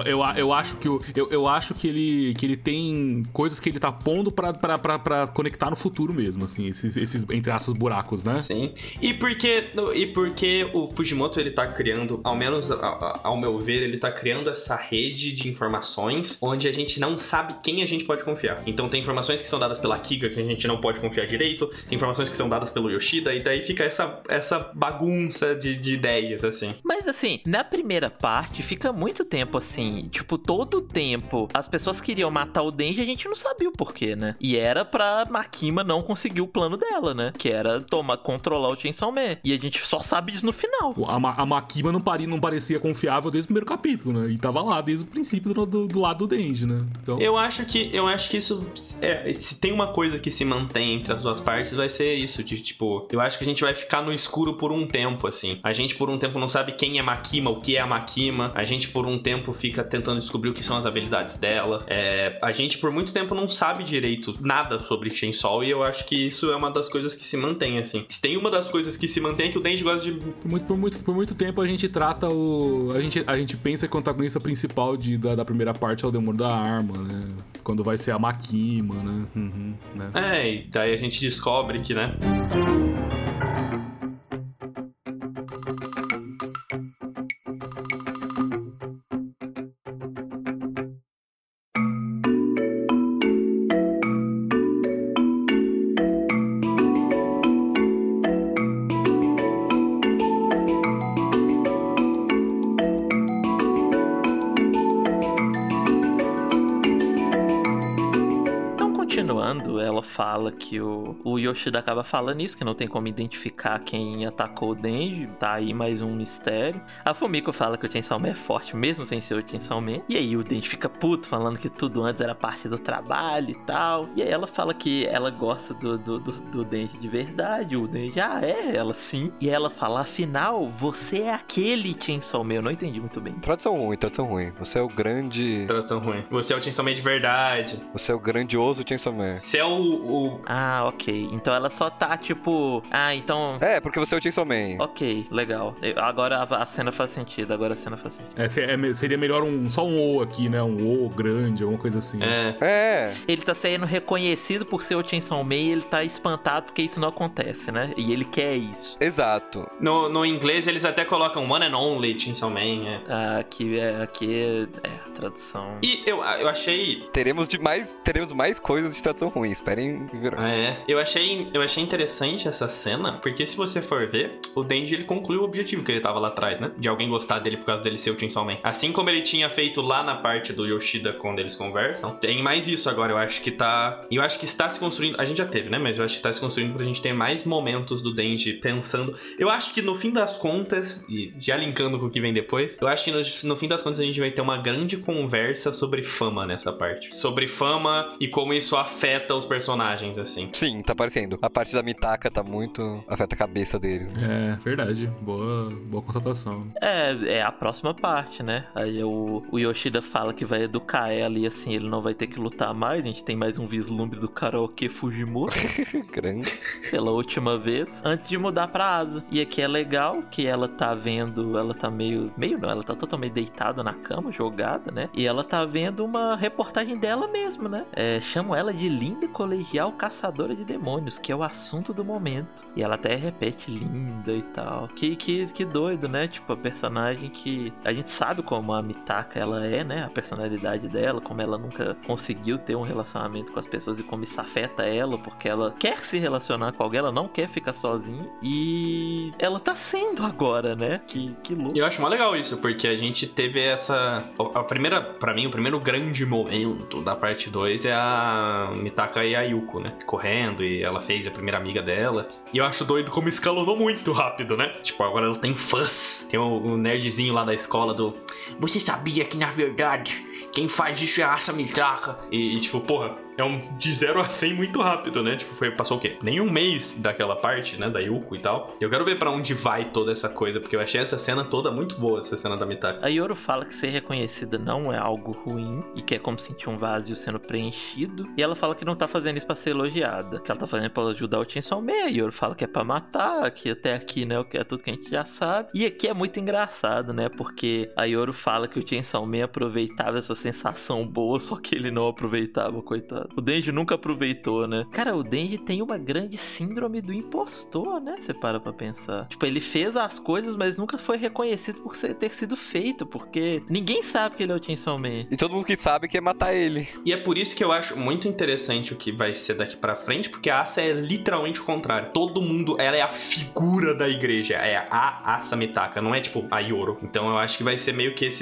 S4: Eu acho que ele tem coisas que ele tá pondo pra conectar no futuro mesmo, assim, esses entre aspas, buracos, né?
S3: Sim. E porque o Fujimoto, ele tá criando, ao menos ao meu ver, ele tá criando essa rede de informações onde a gente não sabe quem a gente pode confiar. Então tem informações que são dadas pela Kiga que a gente não pode confiar direito, tem informações que são dadas pelo Yoshida, e daí fica essa bagunça de ideias, assim.
S1: Mas assim, na primeira parte fica muito tempo assim, tipo, todo o tempo as pessoas queriam matar o Denji e a gente não sabia o porquê, né? E era pra Makima não conseguir o plano dela, né? Que era controlar o Chainsaw Man. E a gente só sabe disso no final.
S4: A Makima não parecia confiável desde o primeiro capítulo, né? E tava lá desde o princípio do lado do Denji, né? Então...
S3: Eu acho que isso... se tem uma coisa que se mantém entre as duas partes, vai ser isso. De, tipo, eu acho que a gente vai ficar no escuro por um tempo, assim. A gente por um tempo não sabe quem é Makima, o que é a Makima. A gente por um tempo fica tentando descobrir o que são as habilidades dela. A gente por muito tempo não sabe direito nada sobre Chainsaw, e eu acho que isso é uma das coisas que se mantém, assim. Se tem uma das coisas que se mantém é que o Denji gosta de...
S4: Por muito tempo a gente trata a gente pensa que o antagonista principal da primeira parte é o demônio da arma, né? Quando vai ser a Makima, né? Né?
S3: E daí a gente descobre que, né?
S1: fala que o Yoshida acaba falando isso, que não tem como identificar quem atacou o Denji, tá aí mais um mistério. A Fumiko fala que o Chainsaw Man é forte, mesmo sem ser o Chainsaw Man. E aí o Denji fica puto, falando que tudo antes era parte do trabalho e tal. E aí ela fala que ela gosta do Denji de verdade. O Denji, ela sim. E ela fala, afinal, você é aquele Chainsaw Man. Eu não entendi muito bem.
S2: Tradução ruim. Você é o grande...
S3: Tradução ruim. Você é o Chainsaw Man de verdade.
S2: Você é o grandioso Chainsaw Man.
S3: Você é o...
S1: Ah, ok. Então ela só tá, tipo... então...
S2: Porque você é o Chainsaw Man.
S1: Ok, legal. Agora a cena faz sentido.
S4: Seria melhor só um O aqui, né? Um O grande, alguma coisa assim.
S1: Ele tá sendo reconhecido por ser o Chainsaw Man e ele tá espantado porque isso não acontece, né? E ele quer isso.
S2: Exato.
S3: No inglês eles até colocam One and Only Chainsaw Man,
S1: Aqui é a tradução.
S3: E eu achei...
S2: Teremos mais coisas de tradução ruim. Esperem ver.
S3: Eu achei interessante essa cena, porque se você for ver, o Denji ele conclui o objetivo que ele tava lá atrás, né? De alguém gostar dele por causa dele ser o Chainsaw Man. Assim como ele tinha feito lá na parte do Yoshida quando eles conversam, tem mais isso agora. Eu acho que está se construindo. A gente já teve, né? Mas eu acho que tá se construindo pra gente ter mais momentos do Denji pensando. Eu acho que no fim das contas, e já linkando com o que vem depois, eu acho que no fim das contas a gente vai ter uma grande conversa sobre fama nessa parte. Sobre fama e como isso afeta os personagens, assim.
S2: Sim, tá parecendo. A parte da Mitaka tá muito... afeta a cabeça deles.
S4: Verdade. Boa constatação.
S1: É a próxima parte, né? Aí o Yoshida fala que vai educar ela e assim, ele não vai ter que lutar mais. A gente tem mais um vislumbre do Karaoke Fujimoto.
S2: Grande.
S1: Pela última vez, antes de mudar pra Asa. E aqui é legal que ela tá vendo, ela tá meio não, ela tá totalmente deitada na cama, jogada, né? E ela tá vendo uma reportagem dela mesmo, né? Chamam ela de linda colegial caçadora de demônios, que é o assunto do momento. E ela até repete linda e tal. Que doido, né? Tipo, a personagem que a gente sabe como a Mitaka ela é, né? A personalidade dela, como ela nunca conseguiu ter um relacionamento com as pessoas e como isso afeta ela, porque ela quer se relacionar com alguém, ela não quer ficar sozinha. E ela tá sendo agora, né? Que louco.
S3: Eu acho mó legal isso, porque a gente teve pra mim, o primeiro grande momento da parte 2 é a Mitaka e a Yuko, né? Correndo, e ela fez a primeira amiga dela. E eu acho doido como escalonou muito rápido, né? Tipo, agora ela tem fãs. Tem o nerdzinho lá da escola do... Você sabia que, na verdade, quem faz isso é a Asa Mitaka? E tipo, porra, é um de 0 a 100 muito rápido, né? Tipo, passou o quê? Nem um mês daquela parte, né? Da Yuko e tal. Eu quero ver pra onde vai toda essa coisa, porque eu achei essa cena toda muito boa, essa cena da Mitaka.
S1: A Yoru fala que ser reconhecida não é algo ruim e que é como sentir um vazio sendo preenchido. E ela fala que não tá fazendo isso pra ser elogiada, que ela tá fazendo pra ajudar o Chainsaw Man. A Yoru fala que é pra matar, que até aqui, né? É tudo que a gente já sabe. E aqui é muito engraçado, né? Porque a Yoru fala que o Chainsaw Man aproveitava essa sensação boa, só que ele não aproveitava, coitado. O Denji nunca aproveitou, né? Cara, o Denji tem uma grande síndrome do impostor, né? Você para pra pensar. Tipo, ele fez as coisas, mas nunca foi reconhecido por ter sido feito, porque ninguém sabe que ele é o Chainsaw Man.
S2: E todo mundo que sabe quer matar ele.
S3: E é por isso que eu acho muito interessante o que vai ser daqui pra frente, porque a Asa é literalmente o contrário. Todo mundo, ela é a figura da igreja, é a Asa Mitaka, não é tipo a Yoru. Então eu acho que vai ser meio que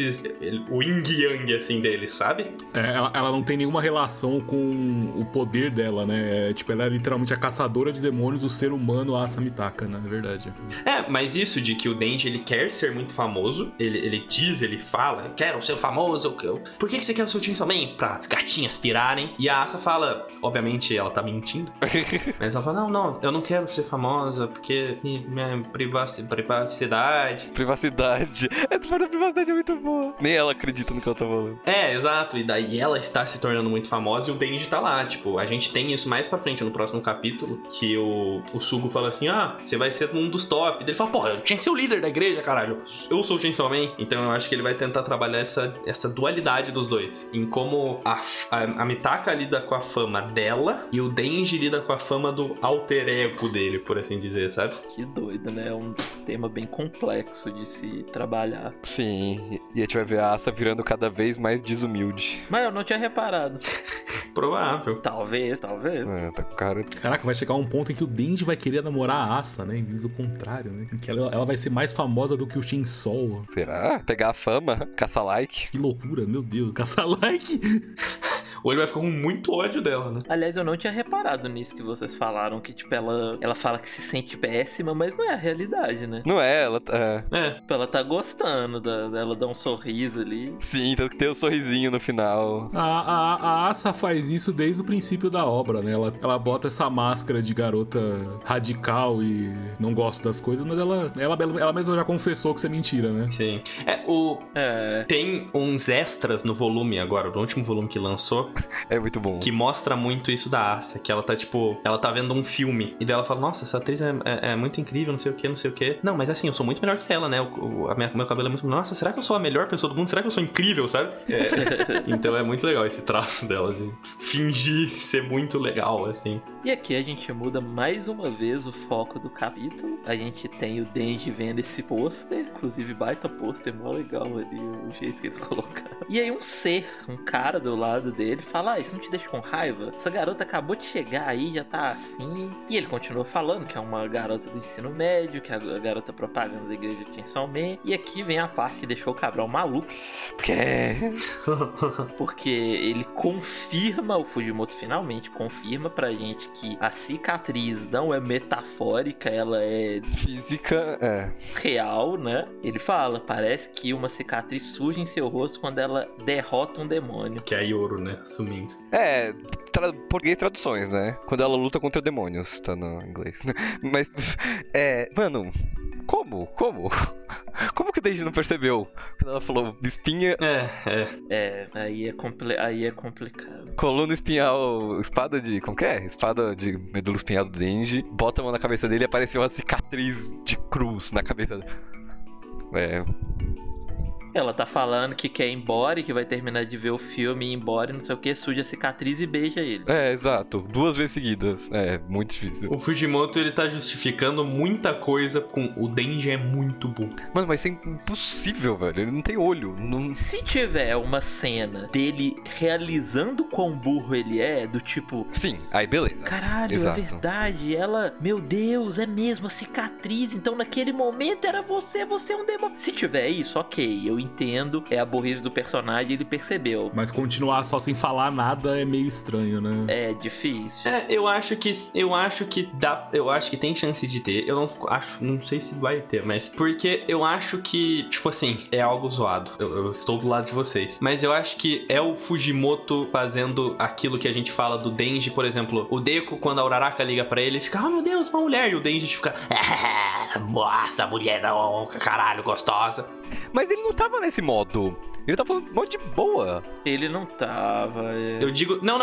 S3: o yin yang, assim, deles, sabe?
S4: Ela não tem nenhuma relação com o poder dela, né? Tipo, ela é literalmente a caçadora de demônios, o ser humano Asa Mitaka, né? É verdade.
S3: Mas isso de que o Denji, ele quer ser muito famoso, ele diz, ele fala, quero ser famoso, por que você quer o seu Chainsaw Man? Pra as gatinhas pirarem. E a Asa fala, obviamente ela tá mentindo, mas ela fala, não, eu não quero ser famosa, porque minha privacidade.
S2: Privacidade. Essa parte da privacidade é muito boa. Nem ela acredita no que ela tá falando.
S3: Exato, e daí ela está se tornando muito famosa e o Denji tá lá, tipo, a gente tem isso mais pra frente no próximo capítulo, que o Sugo fala assim, você vai ser um dos top. Ele fala, porra, eu tinha que ser o líder da igreja, caralho, eu sou o Chainsaw Man. Então eu acho que ele vai tentar trabalhar essa dualidade dos dois, em como a Mitaka lida com a fama dela e o Denji lida com a fama do alter ego dele, por assim dizer, sabe?
S1: Que doido, né? É um tema bem complexo de se trabalhar.
S2: Sim, e a gente vai ver a Asa virando cada vez mais desumilde.
S1: Mas eu não tinha reparado.
S3: Provável.
S1: Talvez.
S2: Tá com cara.
S4: Caraca, vai chegar um ponto em que o Denji vai querer namorar a Asa, né? Em vez do contrário, né? Em que ela vai ser mais famosa do que o Chainsaw.
S2: Será? Pegar a fama? Caça like?
S4: Que loucura, meu Deus. Caça like?
S3: ou ele vai ficar com muito ódio dela, né?
S1: Aliás, eu não tinha reparado nisso que vocês falaram, que, tipo, ela fala que se sente péssima, mas não é a realidade, né?
S2: Não é, ela tá...
S1: Tipo, ela tá gostando dela dar um sorriso ali.
S2: Sim, tanto que tem o sorrisinho no final.
S4: A Asa faz isso desde o princípio da obra, né? Ela bota essa máscara de garota radical e não gosta das coisas, mas ela mesma já confessou que isso é mentira, né?
S3: Sim. Tem uns extras no volume agora, no último volume que lançou,
S2: É muito bom.
S3: que mostra muito isso da Asa, que ela tá, tipo, ela tá vendo um filme, e daí ela fala, nossa, essa atriz é muito incrível, não sei o que. Não, mas assim, eu sou muito melhor que ela, né? Meu cabelo é muito... Nossa, será que eu sou a melhor pessoa do mundo? Será que eu sou incrível, sabe? Então é muito legal esse traço dela, de fingir ser muito legal, assim.
S1: E aqui a gente muda mais uma vez o foco do capítulo. A gente tem o Denji vendo esse pôster, inclusive baita pôster, mó legal ali, o jeito que eles colocaram. E aí um cara do lado dele fala, isso não te deixa com raiva? Essa garota acabou de chegar aí, já tá assim. E ele continua falando que é uma garota do ensino médio, que é a garota propaganda da igreja de Chainsaw Man. E aqui vem a parte que deixou o Cabral maluco. Porque ele confirma, o Fujimoto finalmente confirma pra gente que a cicatriz não é metafórica, ela é
S2: Física,
S1: real, né? Ele fala, parece que uma cicatriz surge em seu rosto quando ela derrota um demônio.
S3: Que é a Yoro, né? Assumindo.
S2: Português traduções, né? Quando ela luta contra demônios, tá no inglês. Mas, mano... Como? Como que o Denji não percebeu? Quando ela falou espinha...
S1: Aí é complicado.
S2: Coluna espinhal... Espada de... Como que é? Espada de medula espinhal do Denji. Bota a mão na cabeça dele e apareceu uma cicatriz de cruz na cabeça dele.
S1: Ela tá falando que quer ir embora e que vai terminar de ver o filme e ir embora e não sei o que, suja a cicatriz e beija ele.
S2: Exato. 2 vezes seguidas. Muito difícil.
S3: O Fujimoto, ele tá justificando muita coisa com o Denji é muito burro.
S2: Mano, mas isso é impossível, velho. Ele não tem olho. Não...
S1: Se tiver uma cena dele realizando quão burro ele é, do tipo...
S2: Sim, aí beleza.
S1: Caralho,
S2: Exato.
S1: É verdade. Ela... Meu Deus, é mesmo a cicatriz. Então naquele momento era você é um demônio. Se tiver isso, ok, eu entendo, é a burrice do personagem, ele percebeu.
S4: Mas continuar só sem falar nada é meio estranho, né?
S1: É difícil.
S3: Eu acho que dá, eu acho que tem chance de ter. Eu não sei se vai ter, mas porque eu acho que, tipo assim, é algo zoado. Eu estou do lado de vocês. Mas eu acho que é o Fujimoto fazendo aquilo que a gente fala do Denji, por exemplo, o Deku, quando a Uraraka liga pra ele fica, meu Deus, uma mulher, e o Denji fica, nossa, mulher, não, caralho, gostosa.
S2: Mas ele não tava nesse modo. Ele tá falando modo de boa.
S1: Ele não tava.
S3: Eu digo. Não.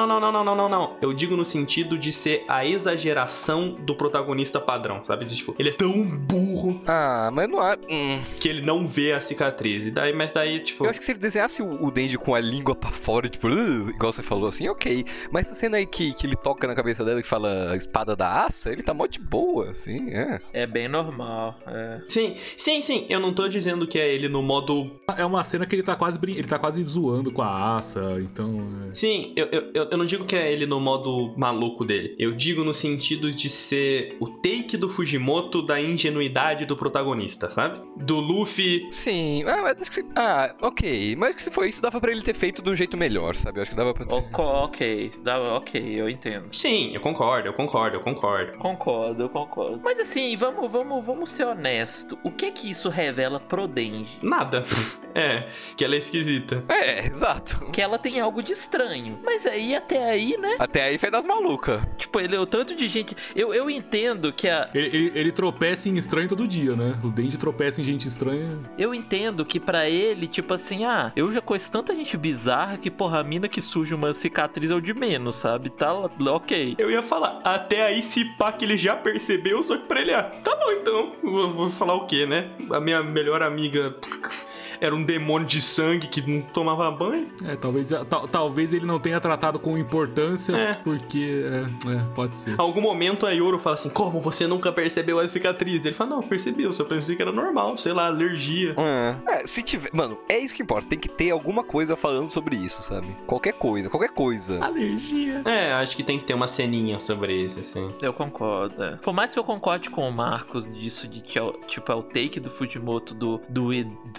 S3: Eu digo no sentido de ser a exageração do protagonista padrão, sabe? Tipo, ele é tão burro.
S2: Mas não há.
S3: Que ele não vê a cicatriz. Mas daí, tipo.
S2: Eu acho que se ele desenhasse o Denji com a língua pra fora, tipo, igual você falou assim, ok. Mas essa cena aí que ele toca na cabeça dela e fala a espada da Asa, ele tá mó de boa, assim,
S1: É bem normal,
S3: Sim. Eu não tô dizendo que é ele no modo.
S4: É uma cena que ele tá quase zoando com a Asa, então...
S3: Sim, eu não digo que é ele no modo maluco dele. Eu digo no sentido de ser o take do Fujimoto da ingenuidade do protagonista, sabe? Do Luffy...
S2: Sim, mas acho que... ok. Mas se foi isso, dava pra ele ter feito de um jeito melhor, sabe? Eu acho que dava pra ter...
S1: Ok, eu entendo.
S3: Sim, eu concordo.
S1: Concordo. Mas assim, vamos ser honestos. O que isso revela pro Denji?
S3: Nada. Que ela é esquisita.
S2: Exato.
S1: Que ela tem algo de estranho. Mas aí, até aí, né?
S2: Até aí foi das malucas.
S1: Tipo, o tanto de gente... Eu entendo que a...
S4: Ele tropeça em estranho todo dia, né? O Denji tropeça em gente estranha.
S1: Eu entendo que pra ele, tipo assim, eu já conheço tanta gente bizarra que, porra, a mina que surge uma cicatriz é o de menos, sabe? Tá ok.
S3: Eu ia falar, até aí se pá que ele já percebeu, só que pra ele, tá bom então. Vou falar o quê, né? A minha melhor amiga... Era um demônio de sangue que não tomava banho.
S4: Talvez ele não tenha tratado com importância, porque... pode ser.
S3: Algum momento a Yoro fala assim, como você nunca percebeu a cicatriz? Ele fala, não, percebi, eu só pensei que era normal, sei lá, alergia.
S2: Se tiver... Mano, é isso que importa. Tem que ter alguma coisa falando sobre isso, sabe? Qualquer coisa.
S3: Alergia. Acho que tem que ter uma ceninha sobre isso, assim.
S1: Eu concordo. Por mais que eu concorde com o Marcos disso de tipo, é o take do Fujimoto do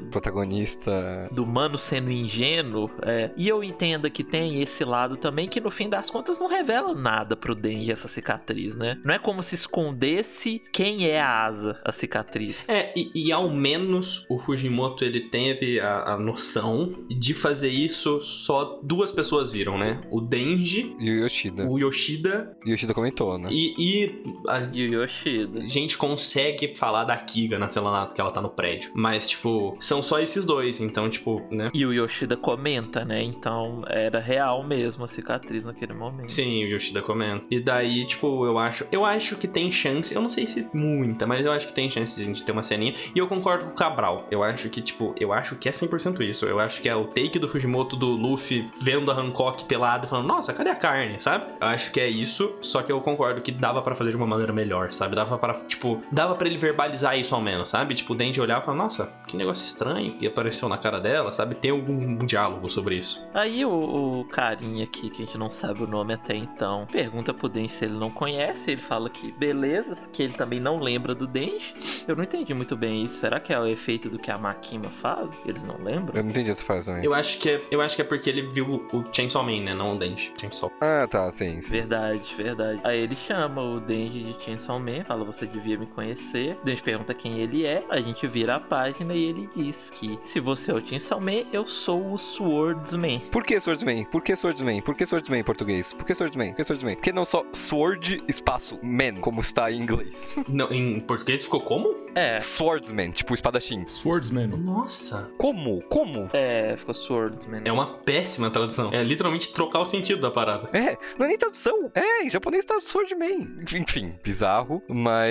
S2: protagonista.
S1: Do mano sendo ingênuo, e eu entendo que tem esse lado também, que no fim das contas não revela nada pro Denji essa cicatriz, né? Não é como se escondesse quem é a Asa, a cicatriz.
S3: E ao menos o Fujimoto, ele teve a noção de fazer isso, só duas pessoas viram, né? O Denji
S2: E o Yoshida.
S3: o Yoshida
S2: E o Yoshida comentou, né?
S3: e
S1: E o Yoshida.
S3: a gente consegue falar da Kiga na cena que ela tá no prédio. Mas, tipo, são só esses dois, então, tipo, né?
S1: E o Yoshida comenta, né? Então era real mesmo a cicatriz naquele momento.
S3: Sim, o Yoshida comenta. E daí, tipo, eu acho que tem chance, eu não sei se muita, mas eu acho que tem chance de a gente ter uma ceninha. E eu concordo com o Cabral. Eu acho que, tipo, é 100% isso. Eu acho que é o take do Fujimoto do Luffy vendo a Hancock pelada e falando, nossa, cadê a carne, sabe? Eu acho que é isso, só que eu concordo que dava pra fazer de uma maneira melhor, sabe? Dava pra ele verbalizar isso ao menos, sabe? Tipo, o Denji olhar e falar, nossa, que negócio estranho que apareceu na cara dela, sabe? Tem algum diálogo sobre isso.
S1: Aí o carinha aqui, que a gente não sabe o nome até então, pergunta pro Denji se ele não conhece. Ele fala que beleza, que ele também não lembra do Denji. Eu não entendi muito bem isso. Será que é o efeito do que a Makima faz? Eles não lembram?
S2: Eu não entendi essa frase também.
S3: Eu acho que é porque ele viu o Chainsaw Man, né? Não o Denji. Chainsaw.
S2: Ah, tá, sim.
S1: Verdade. Aí ele chama o Denji de Chainsaw Man, fala, você devia me conhecer. O Denji pergunta quem ele é, a gente vira a página e ele diz que se você é o Chainsaw Man, eu sou o Swordsman.
S2: Por que Swordsman? Por que Swordsman? Por que Swordsman em português? Por que Swordsman? Por que Swordsman? Por que não só Sword, espaço, man, como está em inglês?
S3: Não, em português ficou como?
S2: Swordsman, tipo espadachim.
S4: Swordsman.
S3: Nossa.
S2: Como?
S1: Ficou Swordsman.
S3: É uma péssima tradução. É literalmente trocar o sentido da parada.
S2: Não é nem tradução. Em japonês tá Swordman. Enfim, bizarro,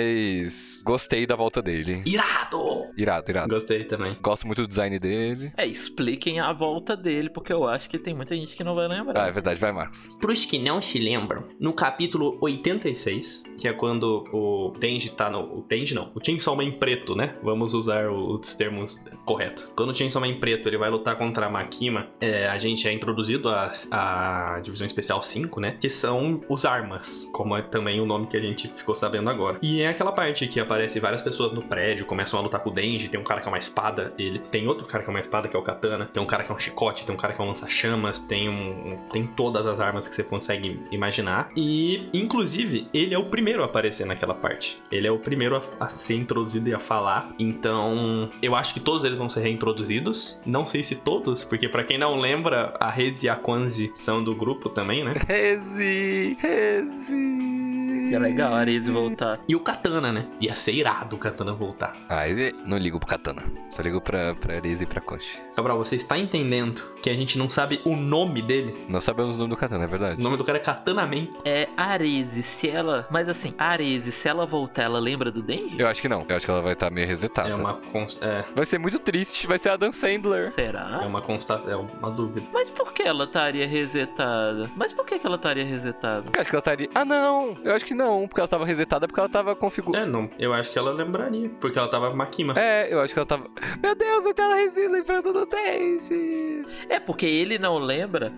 S2: mas gostei da volta dele.
S3: Irado!
S2: Irado.
S3: Gostei também.
S2: Gosto muito do design dele.
S1: Expliquem a volta dele, porque eu acho que tem muita gente que não vai lembrar.
S2: É verdade, vai, Marcos.
S3: Pros que não se lembram, no capítulo 86, que é quando o Denji tá no... O Denji não, o Chainsaw Man preto, né? Vamos usar os termos corretos. Quando o Chainsaw Man preto ele vai lutar contra a Makima, a gente é introduzido a Divisão Especial 5, né? Que são os armas, como é também o nome que a gente ficou sabendo agora. E é aquela parte que aparece várias pessoas no prédio, começam a lutar com o Denji, tem um cara que é uma espada, ele tem outro cara que é uma espada, que é o Katana, tem um cara que é um chicote, tem um cara que é um lança-chamas, tem todas as armas que você consegue imaginar. E, inclusive, ele é o primeiro a aparecer naquela parte. Ele é o primeiro a ser introduzido e a falar. Então, eu acho que todos eles vão ser reintroduzidos. Não sei se todos, porque pra quem não lembra, a Reze e a Kwanzi são do grupo também, né?
S2: Reze.
S1: É legal a Arese voltar.
S3: E o Katana, né? Ia ser irado o Katana voltar.
S2: Não ligo pro Katana. Só ligo pra Arese e pra Koshi.
S3: Cabral, você está entendendo que a gente não sabe o nome dele?
S2: Não sabemos o nome do Katana, é verdade.
S3: O nome do cara é Katana Man.
S1: É Arese, se ela... Mas assim, Arese, se ela voltar, ela lembra do Denji?
S2: Eu acho que não. Eu acho que ela vai estar meio resetada. Vai ser muito triste. Vai ser a Dan Sandler.
S1: Será?
S3: É uma dúvida.
S1: Mas por que ela estaria resetada? Mas por que ela estaria resetada?
S2: Eu acho que ela estaria... não. Eu acho que não. Porque ela tava resetada, porque ela tava configurada.
S3: Não. Eu acho que ela lembraria. Porque ela tava Makima.
S2: Eu acho que ela tava... Meu Deus, então ela resiste lembrando do Denji.
S1: Porque ele não lembra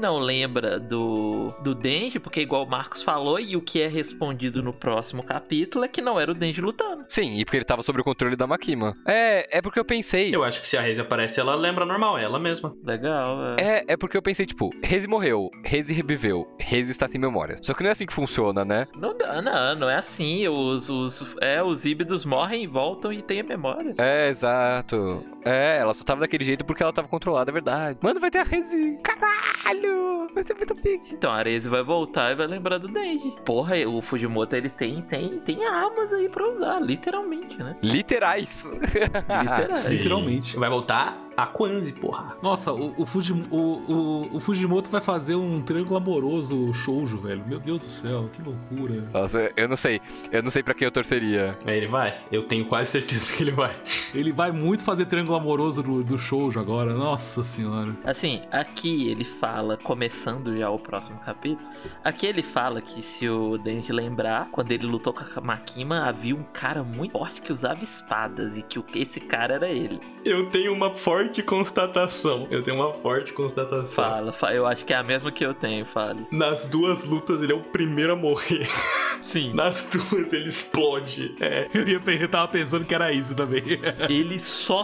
S1: do Denji, porque igual o Marcos falou, e o que é respondido no próximo capítulo é que não era o Denji lutando.
S2: Sim, e porque ele tava sob o controle da Makima. É porque eu pensei...
S3: Eu acho que se a Reze aparece, ela lembra normal, ela mesma.
S1: Legal,
S2: É porque eu pensei, tipo, Reze morreu, Reze reviveu, Reze está sem memória. Só que não é assim que funciona, né?
S1: Não é assim. Os híbridos morrem e voltam e têm a memória.
S2: Exato. Ela só tava daquele jeito porque ela tava controlada, é verdade. Mano, vai ter a Reze. Caralho! Vai ser muito pique.
S1: Então a Arese vai voltar e vai lembrar do Denji. Porra, o Fujimoto, ele tem armas aí pra usar, literalmente, né?
S2: Literais.
S4: Literalmente.
S3: Vai voltar a Kwanzi, porra.
S4: Nossa, o Fujimoto vai fazer um triângulo amoroso shoujo, velho. Meu Deus do céu, que loucura.
S2: Nossa, eu não sei pra quem eu torceria.
S3: Ele vai? Eu tenho quase certeza que ele vai.
S4: Ele vai muito fazer triângulo amoroso do shoujo agora, nossa senhora.
S1: Assim, aqui ele fala, começando já o próximo capítulo, aqui ele fala que se o Denji lembrar, quando ele lutou com a Makima, havia um cara muito forte que usava espadas e que esse cara era ele.
S3: Eu tenho uma forte constatação.
S1: Fala, eu acho que é a mesma que eu tenho, fale.
S3: Nas duas lutas ele é o primeiro a morrer.
S1: Sim.
S3: Nas duas ele explode.
S4: Eu tava pensando que era isso também.
S1: Ele só se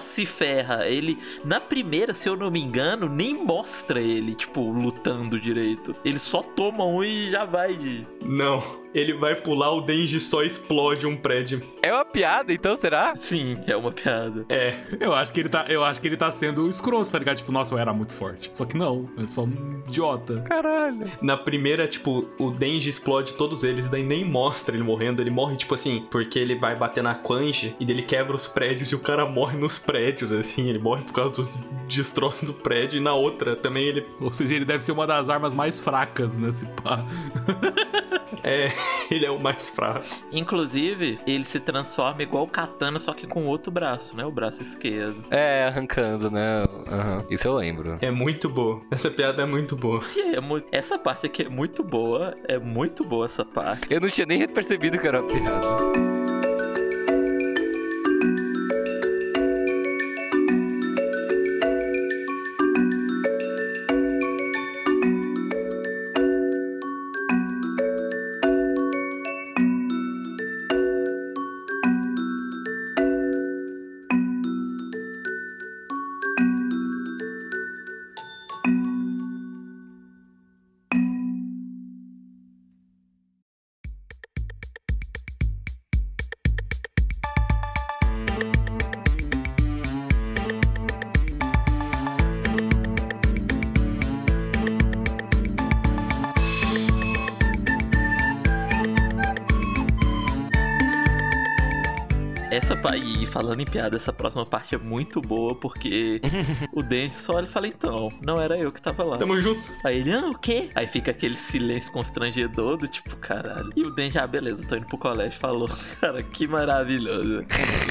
S1: ferra. Ele, na primeira, se eu não me engano, nem mostra ele, tipo, lutando direito. Ele só toma um e já vai de...
S3: Não, ele vai pular, o Denji só explode um prédio.
S2: É uma piada, então, será?
S1: Sim, é uma piada.
S3: É.
S4: Eu acho que ele tá sendo escroto, tá ligado? Tipo, nossa, eu era muito forte. Só que não, é só um idiota.
S2: Caralho.
S3: Na primeira, tipo, o Denji explode todos eles, daí nem mostra ele morrendo. Ele morre, tipo assim, porque ele vai bater na Quanji e dele quebra os prédios e o cara morre nos prédios, assim. Ele morre por causa dos destroços do prédio. E na outra também ele...
S4: Ou seja, ele deve ser uma das armas mais fracas nesse pá.
S3: É, ele é o mais fraco.
S1: Inclusive, ele se transforma igual o Katana, só que com outro braço, né? O braço esquerdo.
S2: É, arrancando, né? Uhum. Isso eu lembro.
S3: É muito boa. Essa piada é muito boa.
S1: E essa parte aqui é muito boa. É muito boa essa parte.
S2: Eu não tinha nem percebido que era uma piada.
S1: E falando em piada, essa próxima parte é muito boa, porque o Denji só olha e fala, então, não era eu que tava lá.
S3: Tamo junto.
S1: Aí ele, o quê? Aí fica aquele silêncio constrangedor do tipo, caralho. E o Denji, beleza, tô indo pro colégio, falou. Cara, que maravilhoso.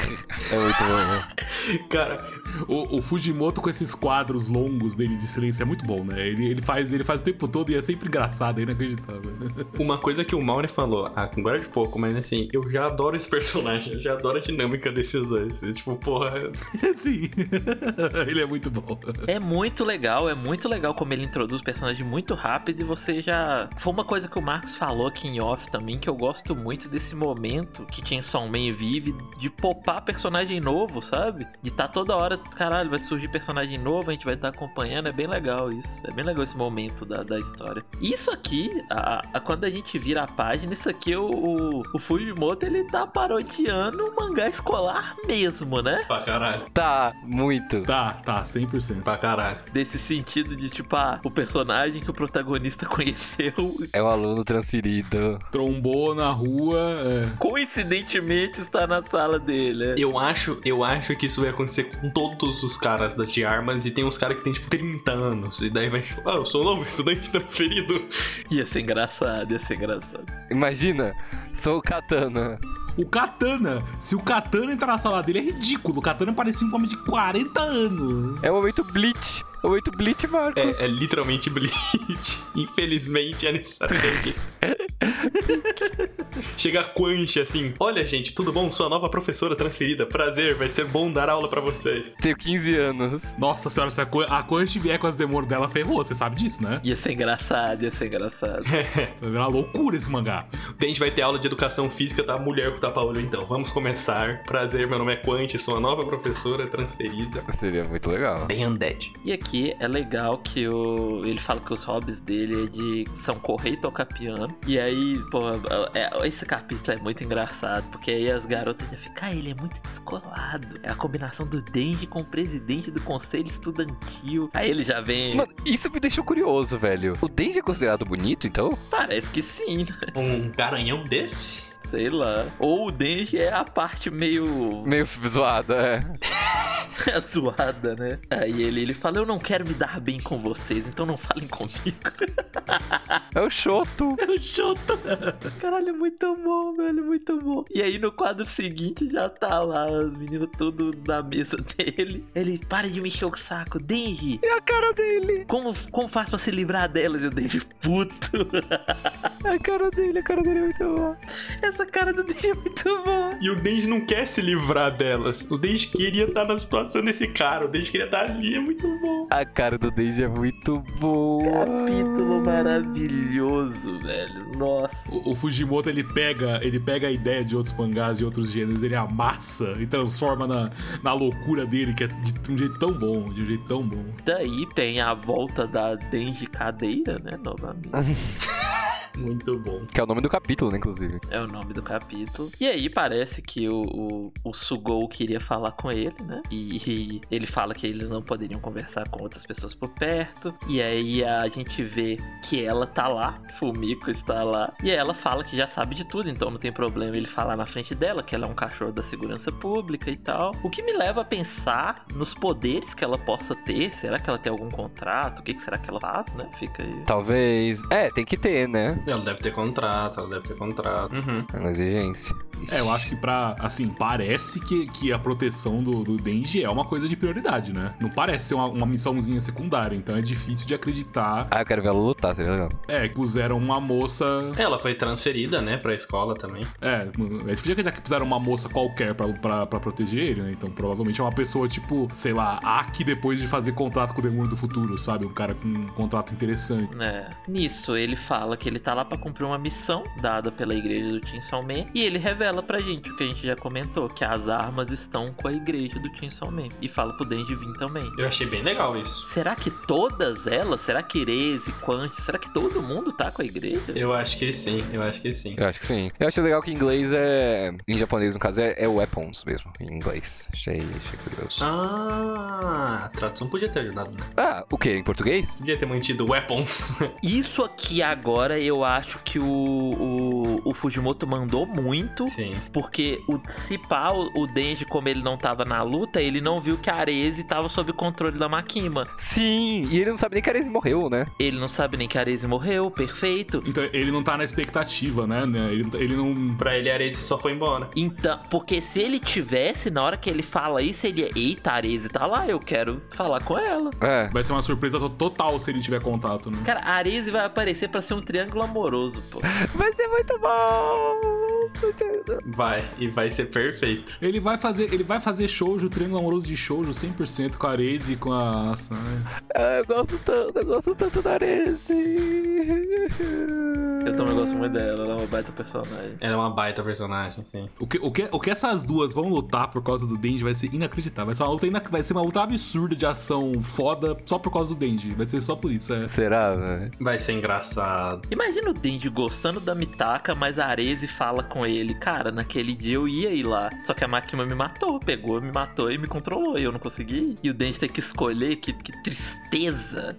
S2: É muito bom, né?
S3: Cara,
S4: O Fujimoto com esses quadros longos dele de silêncio é muito bom, né? Ele faz o tempo todo e é sempre engraçado, é inacreditável.
S3: uma coisa que o Mauri falou, agora de pouco, mas assim, eu já adoro esse personagem, eu já adoro a dinâmica desses dois. Tipo, porra.
S4: Sim. Ele é muito bom.
S1: É muito legal como ele introduz o personagem muito rápido e você já... Foi uma coisa que o Marcos falou aqui em off também, que eu gosto muito desse momento que Chainsaw Man vive, de popar personagem novo, sabe? De tá toda hora, caralho, vai surgir personagem novo, a gente vai estar acompanhando, é bem legal isso. É bem legal esse momento da história. Isso aqui, quando a gente vira a página, isso aqui, o Fujimoto, ele tá parodiando o mangá escolar mesmo, né?
S3: Pra caralho.
S2: Tá, muito.
S4: Tá, 100%.
S3: Pra caralho.
S1: Desse sentido de, tipo, o personagem que o protagonista conheceu...
S2: É um aluno transferido.
S4: Trombou na rua,
S1: coincidentemente está na sala dele, né?
S3: Eu acho que isso vai acontecer com todos os caras de armas e tem uns caras que tem, tipo, 30 anos. E daí vai, tipo, eu sou um novo estudante transferido.
S1: Ia ser engraçado.
S2: Imagina, sou o Katana.
S4: O Katana, se o Katana entrar na sala dele, é ridículo. O Katana parecia um homem de 40 anos.
S2: É o momento Bleach. É o momento Bleach, Marcos.
S3: É literalmente Bleach. Infelizmente é necessário aqui. Chega a Quanji assim, olha gente, tudo bom? Sou a nova professora transferida, prazer, vai ser bom dar aula pra vocês.
S2: Tenho 15 anos.
S4: Nossa senhora, se a Quanji vier com as demônios dela, ferrou, você sabe disso, né?
S1: Ia ser engraçado.
S4: Vai virar loucura esse mangá.
S3: A gente vai ter aula de educação física da mulher com o tapa-olho, então. Vamos começar. Prazer, meu nome é Quanji, sou a nova professora transferida.
S2: Seria muito legal.
S3: Bem undead.
S1: E aqui é legal que ele fala que os hobbies dele são correr e tocar piano. E aí, esse capítulo é muito engraçado, porque aí as garotas já ficam, ele é muito descolado. É a combinação do Denji com o presidente do conselho estudantil. Aí ele já vem...
S2: Mano, isso me deixou curioso, velho. O Denji é considerado bonito, então?
S1: Parece que sim, né?
S3: Um garanhão desse?
S1: Sei lá. Ou o Denji é a parte meio
S2: zoada,
S1: é zoada, né? Aí ele fala, eu não quero me dar bem com vocês, então não falem comigo.
S2: É o Shoto.
S1: É o Shoto. Caralho, é muito bom, velho, muito bom. E aí no quadro seguinte já tá lá as meninas tudo na mesa dele. Ele, para de me encher o saco, Denji.
S2: É a cara dele.
S1: Como faz pra se livrar delas? E o Denji, puto.
S2: A cara dele é muito boa.
S1: Essa cara do Denji é muito boa.
S3: E o Denji não quer se livrar delas. O Denji queria estar na situação desse cara. O Denji queria estar ali, é muito bom.
S2: A cara do Denji é muito boa.
S1: Capítulo maravilhoso, velho. Nossa.
S4: O Fujimoto, ele pega a ideia de outros mangás e outros gêneros, ele amassa e transforma na loucura dele, que é de um jeito tão bom,
S1: Daí tem a volta da Denji Cadeira, né, novamente.
S3: Muito bom.
S2: Que é o nome do capítulo, né, inclusive.
S1: É o nome do capítulo. E aí parece que o Sugou queria falar com ele, né? E ele fala que eles não poderiam conversar com outras pessoas por perto. E aí a gente vê que ela tá lá, Fumiko está lá. E ela fala que já sabe de tudo, então não tem problema ele falar na frente dela que ela é um cachorro da segurança pública e tal. O que me leva a pensar nos poderes que ela possa ter. Será que ela tem algum contrato? O que será que ela faz, né? Fica aí.
S2: Talvez. Tem que ter, né?
S3: Ela deve ter contrato. Uhum.
S2: É uma exigência.
S4: Eu acho que parece que a proteção do Denji é uma coisa de prioridade, né? Não parece ser uma missãozinha secundária, então é difícil de acreditar.
S2: Eu quero ver ela lutar, seria legal.
S4: Puseram uma moça...
S3: Ela foi transferida, né, pra escola também.
S4: É difícil de acreditar que puseram uma moça qualquer pra proteger ele, né? Então provavelmente é uma pessoa, tipo, sei lá, Aki depois de fazer contrato com o Demônio do Futuro, sabe? Um cara com um contrato interessante.
S1: Nisso, ele fala que ele tá lá pra cumprir uma missão dada pela igreja do Chainsaw Man, e ele revela pra gente o que a gente já comentou, que as armas estão com a igreja do Chainsaw Man, e fala pro Denji vir também.
S3: Eu achei bem legal isso.
S1: Será que todas elas, será que Irese, Quanti, será que todo mundo tá com a igreja?
S3: Eu acho que sim.
S2: Eu acho que sim. Eu acho legal que em inglês em japonês no caso é weapons mesmo, em inglês. Achei curioso.
S3: A tradução podia ter ajudado, né?
S2: O quê? Em português?
S3: Podia ter mantido weapons.
S1: Isso aqui agora eu acho que o Fujimoto mandou muito.
S3: Sim.
S1: Porque se pá, o Denji, como ele não tava na luta, ele não viu que a Arese tava sob o controle da Makima.
S2: Sim, e ele não sabe nem que a Arese morreu, né?
S1: Ele não sabe nem que a Arese morreu, perfeito.
S4: Então ele não tá na expectativa, né? Ele não...
S3: Pra ele, a Arese só foi embora.
S1: Então, porque se ele tivesse, na hora que ele fala isso, ele ia, eita, a Arese tá lá, eu quero falar com ela.
S4: Vai ser uma surpresa total se ele tiver contato, né?
S1: Cara, a Arese vai aparecer pra ser um triângulo amoroso, pô.
S2: Vai ser muito bom!
S3: Vai ser perfeito.
S4: Ele vai fazer shoujo, triângulo amoroso de shoujo 100% com a Arese e com a Asai.
S2: Eu gosto tanto da Arese.
S1: Eu também gosto muito dela, ela é uma baita personagem.
S3: Ela é uma baita personagem, sim.
S4: O que essas duas vão lutar por causa do Denji vai ser inacreditável. Vai ser uma luta absurda de ação foda só por causa do Denji. Vai ser só por isso,
S2: Será, velho?
S3: Vai ser engraçado.
S1: Imagina o Denji gostando da Mitaka, mas a Arese fala com ele, cara, naquele dia eu ia ir lá, só que a Makima me matou, me matou e me controlou, e eu não consegui ir. E o Denji tem que escolher, que tristeza.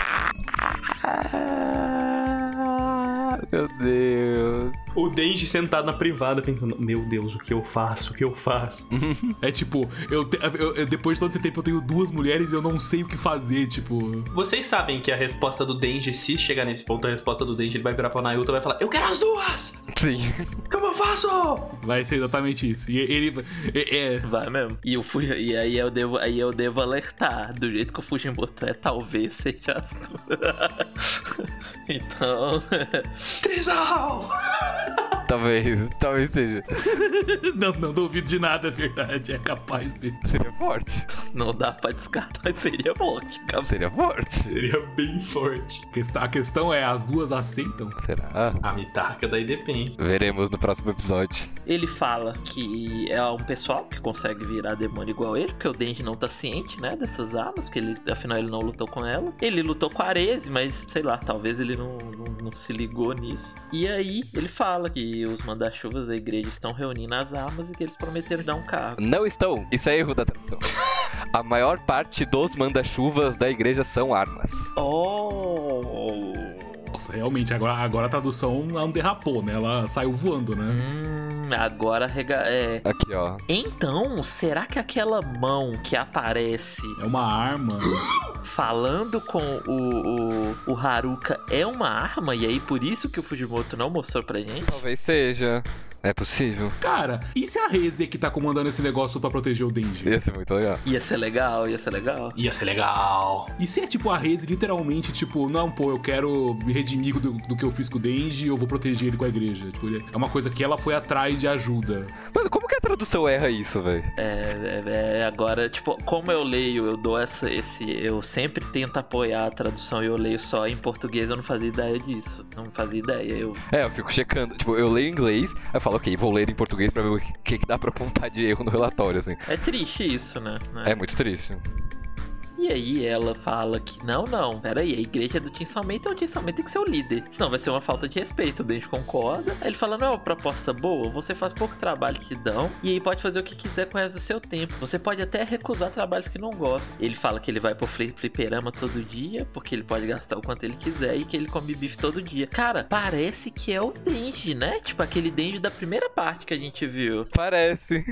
S2: Meu Deus.
S3: O Denji sentado na privada pensando, meu Deus, o que eu faço?
S4: É tipo, depois de todo esse tempo eu tenho duas mulheres e eu não sei o que fazer, tipo...
S3: Vocês sabem que a resposta do Denji, se chegar nesse ponto, a resposta do Denji, ele vai virar pra Naruto e vai falar, eu quero as duas!
S2: Sim.
S3: Como eu faço?
S4: Vai ser exatamente isso. E ele...
S1: Vai mesmo. E aí eu devo alertar, do jeito que o Fujimoto é, talvez seja as duas. Então...
S3: Trisal!
S2: Talvez seja.
S4: Não duvido de nada, é verdade. É capaz mesmo.
S2: Seria forte.
S1: Não dá pra descartar, mas seria forte.
S2: Seria forte.
S3: Seria bem forte.
S4: A questão é, as duas aceitam?
S2: Será?
S3: A Mitaka daí depende.
S2: Veremos no próximo episódio.
S1: Ele fala que é um pessoal que consegue virar demônio igual ele, porque o Denji não tá ciente, né, dessas armas, porque afinal ele não lutou com elas. Ele lutou com a Arese, mas sei lá, talvez ele não se ligou nisso. E aí ele fala que os manda-chuvas da igreja estão reunindo as armas e que eles prometeram dar um carro.
S2: Não estão. Isso é erro da tradução. A maior parte dos manda-chuvas da igreja são armas.
S4: Nossa, realmente, agora a tradução não derrapou, né? Ela saiu voando, né?
S1: Agora
S2: Aqui, ó.
S1: Então, será que aquela mão que aparece
S4: é uma arma?
S1: Falando com o Haruka é uma arma? E aí por isso que o Fujimoto não mostrou pra gente?
S2: Talvez seja. É possível.
S4: Cara, e se a Reze que tá comandando esse negócio pra proteger o Denji?
S2: Ia ser muito legal.
S1: Ia ser legal, ia ser legal.
S3: Ia ser legal.
S4: E se é tipo a Reze literalmente, tipo, não, pô, eu quero me redimir do que eu fiz com o Denji e eu vou proteger ele com a igreja. Tipo, é uma coisa que ela foi atrás de ajuda.
S2: Mano, como que a tradução erra isso, velho?
S1: Agora, tipo, como eu leio, eu dou eu sempre tento apoiar a tradução e eu leio só em português, eu não fazia ideia disso. Não fazia ideia, eu
S2: fico checando. Tipo, eu leio em inglês, aí eu falo, ok, vou ler em português pra ver o que dá pra apontar de erro no relatório, assim.
S1: É triste isso, né?
S2: É muito triste.
S1: E aí ela fala que não, peraí, a igreja é do Chainsaw Man, então o Chainsaw Man tem que ser o líder, senão vai ser uma falta de respeito. O Denji concorda. Aí ele fala, não é uma proposta boa, você faz pouco trabalho que dão, e aí pode fazer o que quiser com o resto do seu tempo. Você pode até recusar trabalhos que não gosta. Ele fala que ele vai pro fliperama todo dia, porque ele pode gastar o quanto ele quiser, e que ele come bife todo dia. Cara, parece que é o Denji, né? Tipo aquele Denji da primeira parte que a gente viu.
S2: Parece.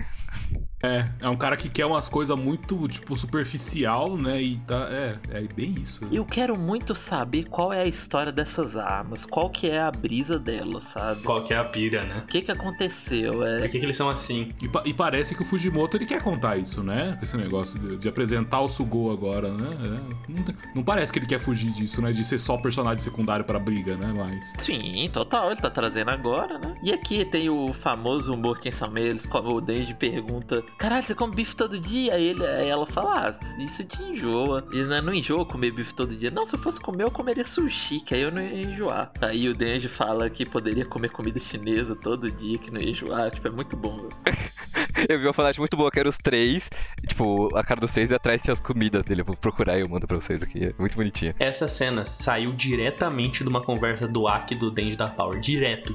S4: É um cara que quer umas coisas muito, tipo, superficial, né? E tá. É bem isso.
S1: Eu quero muito saber qual é a história dessas armas, qual que é a brisa delas, sabe?
S3: Qual que é a pira, né?
S1: O que aconteceu?
S3: Por que eles são assim?
S4: E parece que o Fujimoto, ele quer contar isso, né? Esse negócio de apresentar o Sugou agora, né? Não parece que ele quer fugir disso, né? De ser só personagem secundário pra briga, né? Mas...
S1: Sim, total, ele tá trazendo agora, né? E aqui tem o famoso humor Chainsaw Man, o Denji pergunta, caralho, você come bife todo dia? Aí ela fala, isso te enjoa. E não enjoa comer bife todo dia. Não, se eu fosse comer, eu comeria sushi, que aí eu não ia enjoar. Aí o Denji fala que poderia comer comida chinesa todo dia, que não ia enjoar. Tipo, é muito bom, velho.
S2: Eu vi uma fanart muito boa, que era os três. Tipo, a cara dos três e atrás tinha as comidas dele. Eu vou procurar e eu mando pra vocês aqui. É muito bonitinha.
S3: Essa cena saiu diretamente de uma conversa do Aki e do Denji da Power. Direto.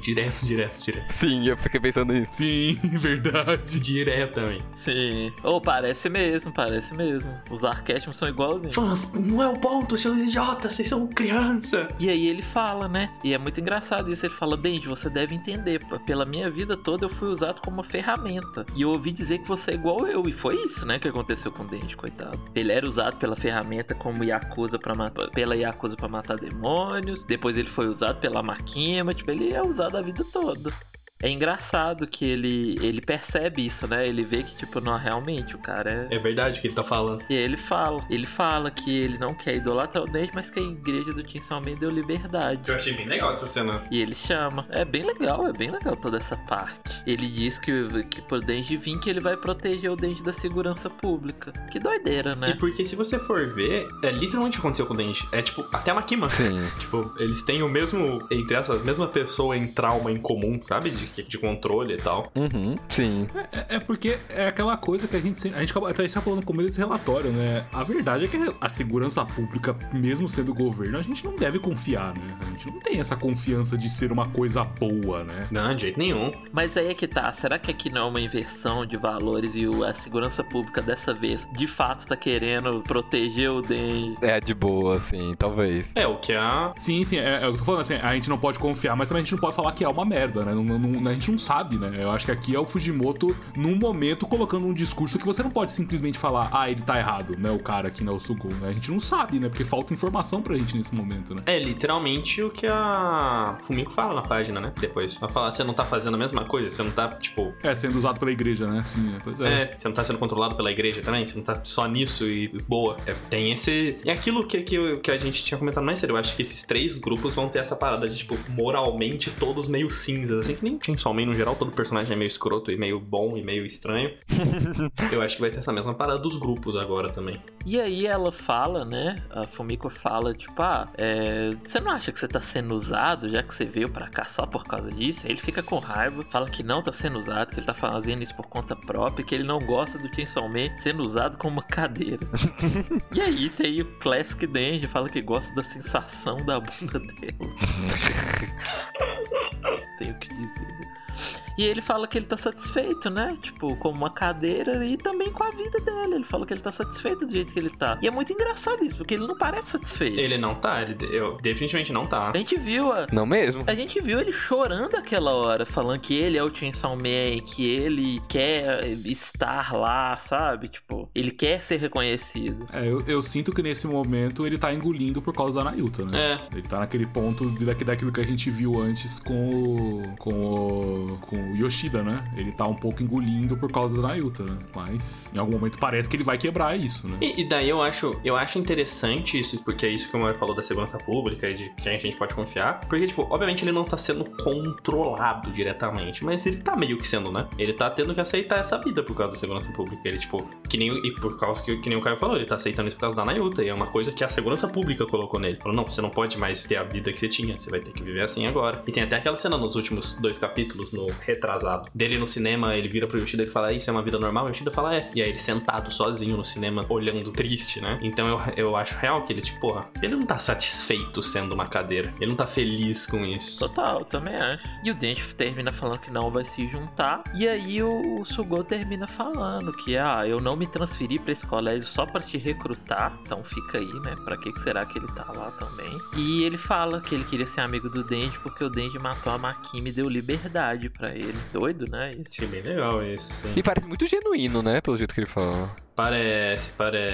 S2: Sim, eu fiquei pensando nisso.
S4: Sim, verdade.
S3: Diretamente.
S1: Sim. Parece mesmo. Os arquétipos são igualzinhos.
S3: Fala, não é o ponto, seus idiotas, vocês são criança.
S1: E aí ele fala, né? E é muito engraçado isso. Ele fala, Denji, você deve entender. Pela minha vida toda eu fui usado como uma ferramenta. E eu ouvi dizer que você é igual eu. E foi isso, né, que aconteceu com o Denji, coitado. Ele era usado pela ferramenta como Yakuza pela Yakuza pra matar demônios. Depois ele foi usado pela Makima. Tipo, ele é usado a vida toda. É engraçado que ele percebe isso, né? Ele vê que, tipo, não, realmente, o cara
S3: é verdade o que ele tá falando.
S1: E aí ele fala que ele não quer idolatrar o Denji, mas que a igreja do Chainsaw Man deu liberdade.
S3: Eu achei bem legal essa cena.
S1: E ele chama. É bem legal toda essa parte. Ele diz que pro Denji vir, que ele vai proteger o Denji da segurança pública. Que doideira, né?
S3: E porque se você for ver, literalmente aconteceu com o Denji. É tipo, até a Makima.
S2: Sim.
S3: Tipo, eles têm o mesmo, entre aspas, a mesma pessoa em trauma em comum, sabe? De controle e tal.
S2: Uhum, sim.
S4: É porque é aquela coisa que a gente até tá falando no começo desse relatório, né? A verdade é que a segurança pública, mesmo sendo governo, a gente não deve confiar, né? A gente não tem essa confiança de ser uma coisa boa, né?
S3: Não, de jeito nenhum.
S1: Mas aí é que tá. Será que aqui não é uma inversão de valores e a segurança pública dessa vez, de fato, tá querendo proteger o Denji?
S2: É de boa, assim, talvez.
S3: É o que a...
S4: Sim, eu tô falando assim, a gente não pode confiar, mas também a gente não pode falar que é uma merda, né? A gente não sabe, né? Eu acho que aqui é o Fujimoto, num momento, colocando um discurso que você não pode simplesmente falar, ele tá errado, né? O cara aqui, né? O Sugou, né? A gente não sabe, né? Porque falta informação pra gente nesse momento, né?
S3: É literalmente o que a Fumiko fala na página, né? Depois. Ela fala, você não tá fazendo a mesma coisa? Você não tá, tipo...
S4: sendo usado pela igreja, né? Sim, pois é.
S3: Você não tá sendo controlado pela igreja também? Você não tá só nisso e boa. Tem esse... É aquilo que a gente tinha comentado mais cedo. Eu acho que esses três grupos vão ter essa parada de, tipo, moralmente todos meio cinzas. Assim que nem Chainsaw Man no geral, todo personagem é meio escroto e meio bom e meio estranho. Eu acho que vai ter essa mesma parada dos grupos agora também.
S1: E aí ela fala, né? A Fumiko fala, tipo, você não acha que você tá sendo usado, já que você veio pra cá só por causa disso? Aí ele fica com raiva, fala que não tá sendo usado, que ele tá fazendo isso por conta própria, que ele não gosta do Chainsaw Man sendo usado como uma cadeira. E aí tem o Classic Denji, fala que gosta da sensação da bunda dela. Tenho que dizer. E ele fala que ele tá satisfeito, né? Tipo, como uma cadeira e também com a vida dele. Ele fala que ele tá satisfeito do jeito que ele tá. E é muito engraçado isso, porque ele não parece satisfeito.
S3: Ele não tá, eu definitivamente não tá.
S1: A gente viu
S2: Não mesmo?
S1: A gente viu ele chorando aquela hora, falando que ele é o Chainsaw Man, que ele quer estar lá, sabe? Tipo, ele quer ser reconhecido.
S4: Eu sinto que nesse momento ele tá engolindo por causa da Nailton, né? Ele tá naquele ponto daquilo que a gente viu antes com com o Yoshida, né? Ele tá um pouco engolindo por causa da Nayuta, né? Mas em algum momento parece que ele vai quebrar isso, né?
S3: E daí eu acho interessante isso, porque é isso que o Mario falou da segurança pública e de quem a gente pode confiar. Porque, tipo, obviamente ele não tá sendo controlado diretamente, mas ele tá meio que sendo, né? Ele tá tendo que aceitar essa vida por causa da segurança pública. Ele, tipo, e por causa que nem o Caio falou, ele tá aceitando isso por causa da Nayuta. E é uma coisa que a segurança pública colocou nele. Falou, não, você não pode mais ter a vida que você tinha, você vai ter que viver assim agora. E tem até aquela cena nos últimos 2 capítulos, no retrasado, dele no cinema, ele vira pro Yoshida e fala, isso é uma vida normal? O Yoshida fala, é. E aí ele sentado sozinho no cinema, olhando triste, né? Então eu acho real que ele, tipo, porra, ele não tá satisfeito sendo uma cadeira. Ele não tá feliz com isso.
S1: Total, também acho. E o Denji termina falando que não vai se juntar. E aí o Sugou termina falando que, eu não me transferi pra esse colégio só pra te recrutar. Então fica aí, né? Pra que será que ele tá lá também? E ele fala que ele queria ser amigo do Denji porque o Denji matou a Makima e deu liberdade pra ele. Doido, né? Isso.
S3: Achei bem legal isso, sim.
S2: E parece muito genuíno, né? Pelo jeito que ele fala.
S3: Parece.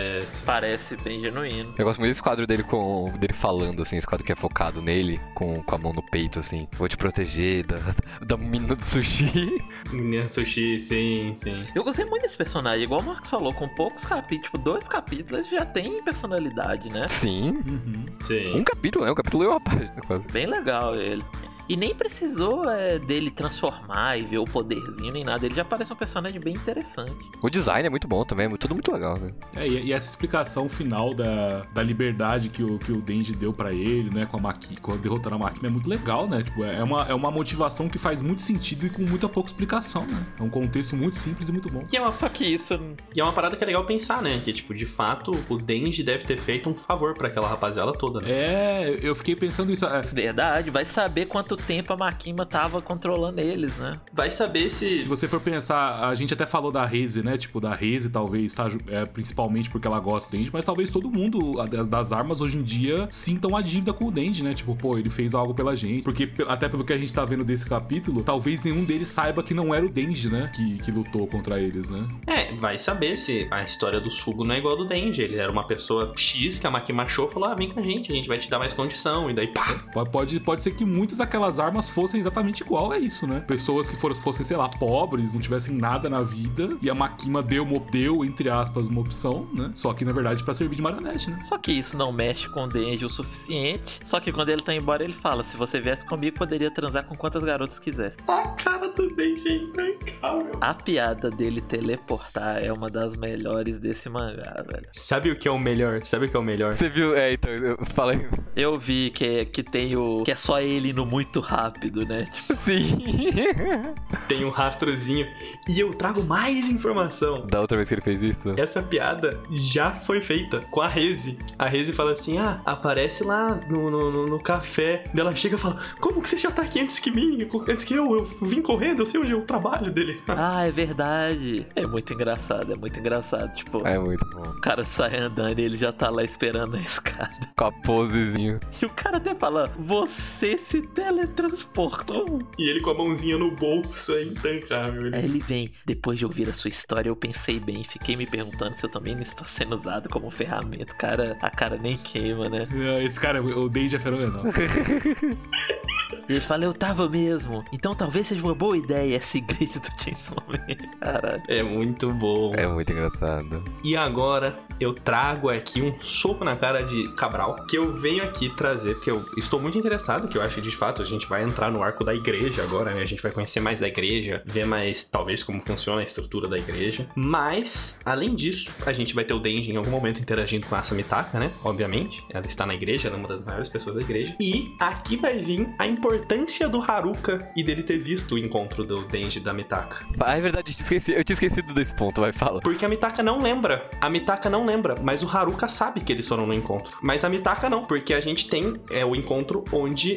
S1: Parece bem genuíno.
S2: Eu gosto muito desse quadro dele dele falando, assim, esse quadro que é focado nele, com a mão no peito, assim. Vou te proteger da menina do sushi.
S3: Menina do sushi, sim.
S1: Eu gostei muito desse personagem, igual o Marcos falou, com poucos capítulos, tipo, 2 capítulos, ele já tem personalidade, né?
S2: Sim.
S3: Sim.
S2: Um capítulo, né? Um capítulo e uma página, quase.
S1: Bem legal ele. E nem precisou dele transformar e ver o poderzinho nem nada. Ele já parece um personagem bem interessante.
S2: O design é muito bom também, tudo muito legal, né?
S4: E essa explicação final da liberdade que o Denji deu pra ele, né? Com derrotando a Makima é muito legal, né? Tipo, é uma motivação que faz muito sentido e com muita pouca explicação, né? É um contexto muito simples e muito bom.
S1: Só que isso...
S3: E é uma parada que é legal pensar, né? Que, tipo, de fato, o Denji deve ter feito um favor pra aquela rapaziada toda, né?
S4: Eu fiquei pensando isso.
S1: Verdade, vai saber quanto tempo a Makima tava controlando eles, né?
S3: Vai saber se
S4: você for pensar, a gente até falou da Reze, né? Tipo, da Reze talvez, principalmente porque ela gosta do Denji, mas talvez todo mundo das armas hoje em dia sintam a dívida com o Denji, né? Tipo, pô, ele fez algo pela gente. Porque, até pelo que a gente tá vendo desse capítulo, talvez nenhum deles saiba que não era o Denji, né? Que lutou contra eles, né?
S3: Vai saber se a história do Sugo não é igual a do Denji. Ele era uma pessoa X que a Makima achou e falou, vem com a gente vai te dar mais condição. E daí, pá!
S4: Pode ser que muitas daquelas armas fossem exatamente igual a isso, né? Pessoas que fossem, sei lá, pobres, não tivessem nada na vida, e a Makima deu, entre aspas, uma opção, né? Só que, na verdade, pra servir de marionete, né?
S1: Só que isso não mexe com o Denji o suficiente. Só que quando ele tá embora, ele fala, se você viesse comigo, poderia transar com quantas garotas quisesse.
S3: A cara do Denji é impeccável.
S1: A piada dele teleportar é uma das melhores desse mangá, velho.
S3: Sabe o que é o melhor?
S2: Você viu? Então, eu falei.
S1: Eu vi que tem que é só ele indo muito rápido, né? Tipo,
S2: sim.
S3: Tem um rastrozinho. E eu trago mais informação.
S2: Da outra vez que ele fez isso?
S3: Essa piada já foi feita com a Reze. A Reze fala assim, aparece lá no café. Daí ela chega e fala, como que você já tá aqui antes que mim? Antes que eu vim correndo, eu sei onde é o trabalho dele.
S1: É verdade. É muito engraçado. Tipo,
S2: é muito bom.
S1: O cara sai andando e ele já tá lá esperando a escada.
S2: Com a posezinho.
S1: E o cara até fala, você se teletransportou.
S3: E ele com a mãozinha no bolso, é intancável.
S1: Aí ele vem, depois de ouvir a sua história, eu pensei bem, fiquei me perguntando se eu também não estou sendo usado como ferramenta. A cara nem queima, né?
S4: Esse cara, o Denji é fenomenal.
S1: Ele fala, eu tava mesmo. Então talvez seja uma boa ideia esse grito do Chainsaw Man. Caralho.
S3: É muito bom.
S2: É muito engraçado.
S3: E agora eu trago aqui um soco na cara de Cabral, que eu venho aqui trazer, porque eu estou muito interessado, que eu acho que de fato a gente vai entrar no arco da igreja agora, né? A gente vai conhecer mais da igreja, ver mais, talvez, como funciona a estrutura da igreja. Mas, além disso, a gente vai ter o Denji em algum momento interagindo com a Samitaka, né? Obviamente. Ela está na igreja, ela é uma das maiores pessoas da igreja. E aqui vai vir a importância do Haruka e dele ter visto o encontro do Denji e da Mitaka.
S2: É verdade, eu tinha esquecido desse ponto, vai, fala.
S3: Porque a Mitaka não lembra. Mas o Haruka sabe que eles foram no encontro. Mas a Mitaka não, porque a gente tem o encontro onde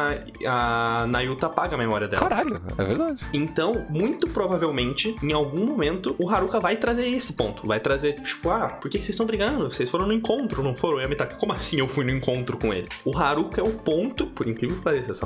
S3: a Nayuta apaga a memória dela.
S2: Caralho, é verdade.
S3: Então, muito provavelmente, em algum momento, o Haruka vai trazer esse ponto. Vai trazer, tipo, por que vocês estão brigando? Vocês foram no encontro, não foram? E a Mitaka, como assim eu fui no encontro com ele? O Haruka é o ponto, por incrível que pareça, essa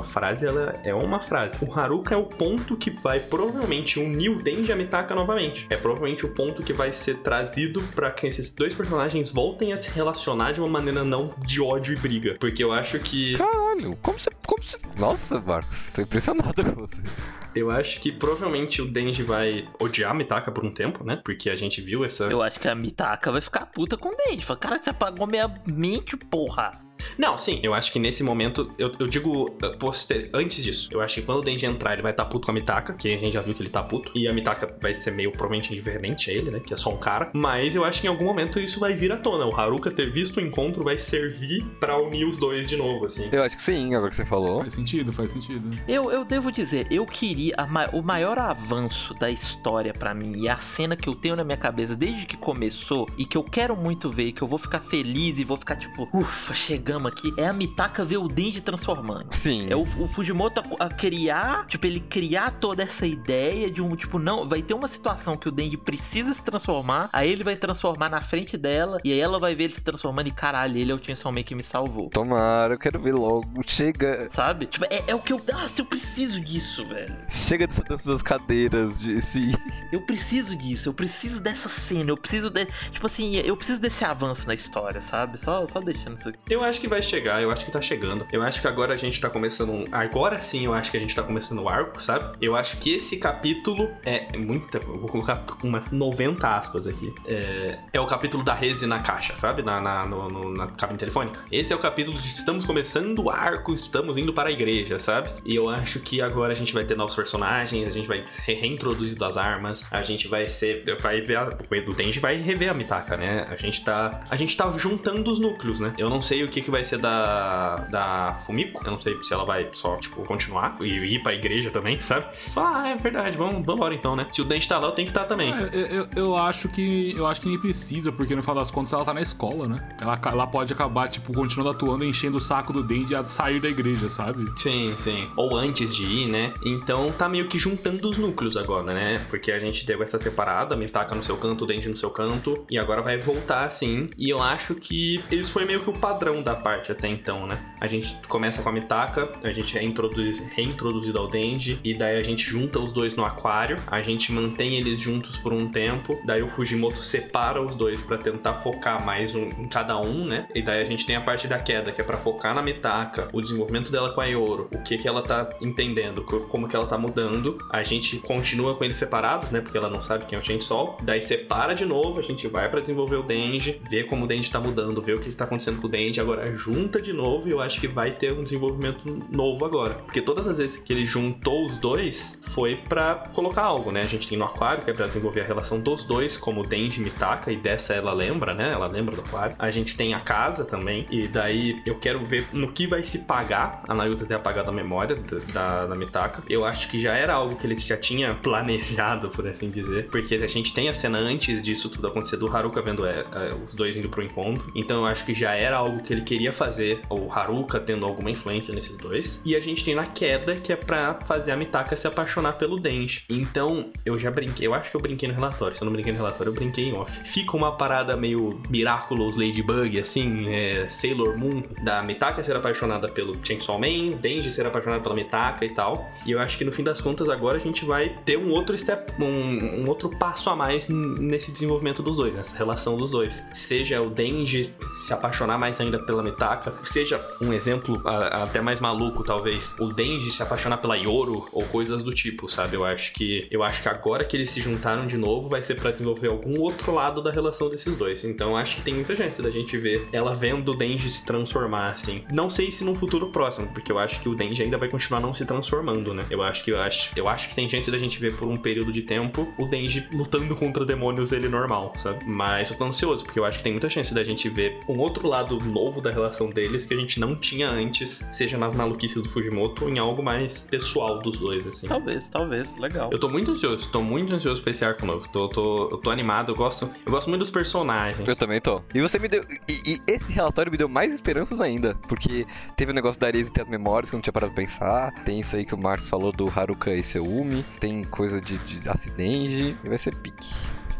S3: frase, ela é uma frase. O Haruka é o ponto que vai provavelmente unir o Denji e a Mitaka novamente. É provavelmente o ponto que vai ser trazido pra que esses dois personagens voltem a se relacionar de uma maneira não de ódio e briga. Porque eu acho que...
S2: Caralho, como você... Nossa, Marcos, tô impressionado com você.
S3: Eu acho que provavelmente o Denji vai odiar a Mitaka por um tempo, né? Porque a gente viu essa...
S1: Eu acho que a Mitaka vai ficar puta com o Denji. Fala, cara, você apagou minha mente, porra.
S3: Não, sim, eu acho que nesse momento, eu digo antes disso, eu acho que quando o Denji entrar, ele vai estar puto com a Mitaka, que a gente já viu que ele tá puto, e a Mitaka vai ser meio provavelmente indiferente a ele, né, que é só um cara, mas eu acho que em algum momento isso vai vir à tona, o Haruka ter visto o encontro vai servir pra unir os dois de novo, assim.
S2: Eu acho que sim, agora que você falou.
S4: Faz sentido.
S1: Eu devo dizer, eu queria o maior avanço da história pra mim, e a cena que eu tenho na minha cabeça desde que começou, e que eu quero muito ver, e que eu vou ficar feliz e vou ficar tipo, ufa, chegamos aqui, é a Mitaka ver o Denji transformando.
S2: Sim.
S1: É o Fujimoto a criar, tipo, ele criar toda essa ideia de um, tipo, não, vai ter uma situação que o Denji precisa se transformar, aí ele vai transformar na frente dela, e aí ela vai ver ele se transformando e caralho, ele é o Chainsaw Man que me salvou.
S2: Tomara, eu quero ver logo, chega.
S1: Sabe? Tipo, é o que eu... Nossa, eu preciso disso, velho.
S2: Chega dessa dança das cadeiras, sim.
S1: Eu preciso disso, eu preciso dessa cena, eu preciso tipo assim, eu preciso desse avanço na história, sabe? Só deixando isso aqui.
S3: Eu acho que vai chegar, eu acho que tá chegando. Eu acho que agora a gente tá começando agora sim, eu acho que a gente tá começando o arco, sabe? Eu acho que esse capítulo é muita... Eu vou colocar umas 90 aspas aqui. É o capítulo da Reze na caixa, sabe? Na cabine telefônica. Esse é o capítulo de estamos começando o arco, estamos indo para a igreja, sabe? E eu acho que agora a gente vai ter novos personagens, a gente vai ser reintroduzido as armas, a gente vai ver o Denji vai rever a Mitaka, né? A gente tá juntando os núcleos, né? Eu não sei o que vai ser da Fumiko, eu não sei se ela vai só, tipo, continuar e ir pra igreja também, sabe? É verdade, vamos embora então, né? Se o Denji tá lá, eu tenho que estar também.
S4: Eu acho que nem precisa, porque no final das contas ela tá na escola, né? Ela pode acabar, tipo, continuando atuando, enchendo o saco do Denji a sair da igreja, sabe?
S3: Sim. Ou antes de ir, né? Então tá meio que juntando os núcleos agora, né? Porque a gente deu essa separada, a Mitaka no seu canto, o Denji no seu canto, e agora vai voltar assim. E eu acho que isso foi meio que o padrão da parte até então, né? A gente começa com a Mitaka, a gente é reintroduzido ao Denji, e daí a gente junta os dois no aquário, a gente mantém eles juntos por um tempo, daí o Fujimoto separa os dois pra tentar focar mais em cada um, né? E daí a gente tem a parte da queda, que é pra focar na Mitaka, o desenvolvimento dela com a Yoro, o que ela tá entendendo, como que ela tá mudando. A gente continua com eles separados, né? Porque ela não sabe quem é o Chainsaw. Daí separa de novo, a gente vai pra desenvolver o Denji, ver como o Denji tá mudando, ver o que tá acontecendo com o Denji, agora junta de novo, e eu acho que vai ter um desenvolvimento novo agora. Porque todas as vezes que ele juntou os dois, foi pra colocar algo, né? A gente tem no aquário, que é pra desenvolver a relação dos dois, como o Denji e Mitaka, e dessa ela lembra, né? Ela lembra do aquário. A gente tem a casa também, e daí eu quero ver no que vai se pagar a Nayuta ter apagado a memória da Mitaka. Eu acho que já era algo que ele já tinha planejado, por assim dizer, porque a gente tem a cena antes disso tudo acontecer do Haruka vendo os dois indo pro encontro, então eu acho que já era algo que ele queria fazer, o Haruka tendo alguma influência nesses dois. E a gente tem na queda, que é pra fazer a Mitaka se apaixonar pelo Denji. Então, eu já brinquei, eu acho que eu brinquei no relatório, se eu não brinquei no relatório, eu brinquei em off. Fica uma parada meio Miraculous Ladybug, assim, Sailor Moon, da Mitaka ser apaixonada pelo Chainsaw Man, Denji ser apaixonado pela Mitaka e tal. E eu acho que no fim das contas agora a gente vai ter um outro step, um outro passo a mais nesse desenvolvimento dos dois, nessa relação dos dois. Seja o Denji se apaixonar mais ainda pela Mitaka, seja um exemplo até mais maluco talvez, o Denji se apaixonar pela Yoro ou coisas do tipo, sabe? Eu acho que agora que eles se juntaram de novo vai ser pra desenvolver algum outro lado da relação desses dois. Então eu acho que tem muita chance da gente ver ela vendo o Denji se transformar, assim. Não sei se no futuro próximo, porque eu acho que o Denji ainda vai continuar não se transformando, né? Eu acho que tem chance da gente ver por um período de tempo o Denji lutando contra demônios ele normal, sabe? Mas eu tô ansioso, porque eu acho que tem muita chance da gente ver um outro lado novo da relação deles que a gente não tinha antes, seja nas maluquices do Fujimoto ou em algo mais pessoal dos dois, assim.
S1: Talvez, legal.
S3: Eu tô muito ansioso pra esse arco novo. Eu tô animado, eu gosto muito dos personagens.
S2: Eu também tô. E você me deu... E esse relatório me deu mais esperanças ainda, porque teve o negócio da Arese ter as memórias que eu não tinha parado pra pensar, tem isso aí que o Marcos falou do Haruka e Seumi, tem coisa de Acidenji, e vai ser pique.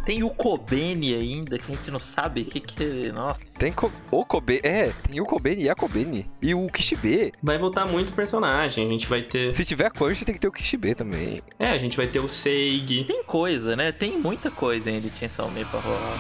S1: Tem o Kobeni ainda, que a gente não sabe o que... Nossa.
S2: Tem o Kobeni, tem o Kobeni e a Kobeni. E o Kishibe.
S3: Vai voltar muito personagem, a gente vai ter...
S2: Se tiver a Quant, tem que ter o Kishibe também.
S3: A gente vai ter o Seigi.
S1: Tem coisa, né? Tem muita coisa ainda de Chainsaw Man pra rolar.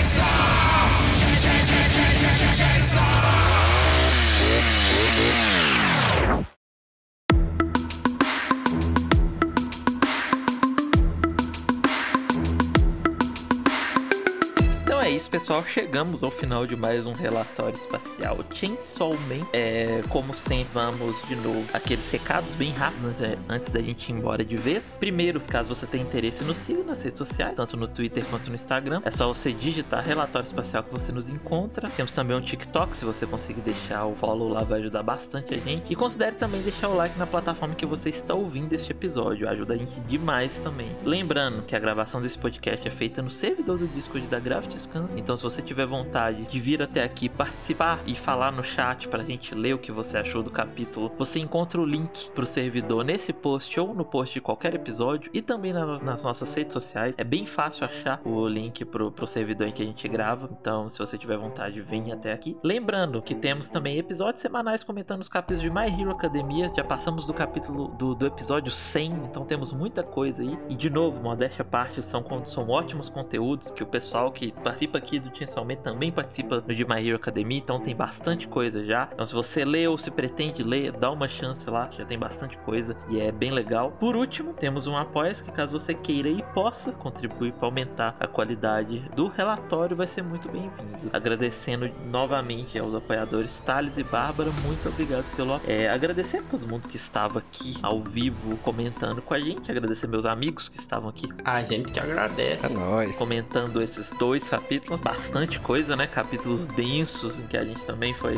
S1: É isso, pessoal, chegamos ao final de mais um relatório espacial Chainsaw Man. Como sempre, vamos de novo aqueles recados bem rápidos antes da gente ir embora de vez. Primeiro, caso você tenha interesse, nos siga nas redes sociais, tanto no Twitter quanto no Instagram. É só você digitar relatório espacial que você nos encontra. Temos também um TikTok, se você conseguir deixar o follow lá, vai ajudar bastante a gente. E considere também deixar o like na plataforma que você está ouvindo este episódio, ajuda a gente demais também. Lembrando que a gravação desse podcast é feita no servidor do Discord da Gravity Scan. Então, se você tiver vontade de vir até aqui, participar e falar no chat pra gente ler o que você achou do capítulo, você encontra o link pro servidor nesse post ou no post de qualquer episódio e também nas nossas redes sociais. É bem fácil achar o link pro servidor em que a gente grava. Então, se você tiver vontade, venha até aqui. Lembrando que temos também episódios semanais comentando os capítulos de My Hero Academia. Já passamos do capítulo do episódio 100, então temos muita coisa aí. E de novo, modéstia à parte, são ótimos conteúdos que o pessoal que participa aqui do Chainsaw Man também participa do de My Hero Academia, então tem bastante coisa já. Então, se você lê ou se pretende ler, dá uma chance lá, já tem bastante coisa e é bem legal. Por último, temos um Apoia-se que, caso você queira e possa contribuir para aumentar a qualidade do relatório, vai ser muito bem-vindo. Agradecendo novamente aos apoiadores Thales e Bárbara, muito obrigado pelo apoio. Agradecer a todo mundo que estava aqui ao vivo comentando com a gente, agradecer meus amigos que estavam aqui.
S3: A gente que agradece.
S2: É nóis.
S1: Comentando esses 2 capítulos, bastante coisa, né? Capítulos densos em que a gente também foi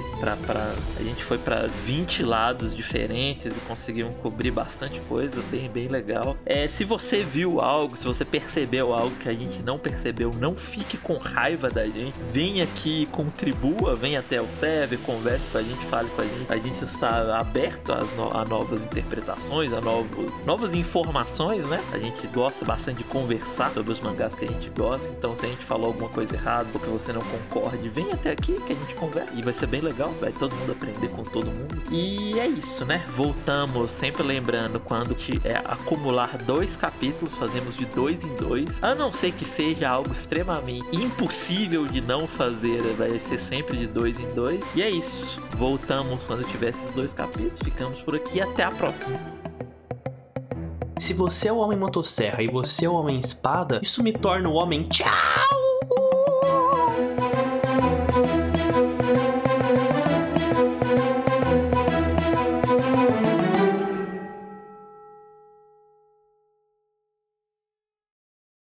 S1: a gente foi pra 20 lados diferentes e conseguimos cobrir bastante coisa, bem legal. Se você viu algo, se você percebeu algo que a gente não percebeu, não fique com raiva da gente, vem aqui, contribua, vem até o server, converse com a gente, fale com a gente. A gente está aberto a novas interpretações, a novas informações, né? A gente gosta bastante de conversar sobre os mangás que a gente gosta, então se a gente falou alguma coisa errada ou que você não concorde, vem até aqui que a gente conversa e vai ser bem legal, vai todo mundo aprender com todo mundo. E é isso, né? Voltamos, sempre lembrando, quando acumular 2 capítulos, fazemos de 2 em 2, a não ser que seja algo extremamente impossível de não fazer, vai ser sempre de 2 em 2. E é isso, voltamos quando tiver esses 2 capítulos, ficamos por aqui, até a próxima.
S3: Se você é o Homem Motosserra e você é o Homem Espada, isso me torna o Homem Tchau!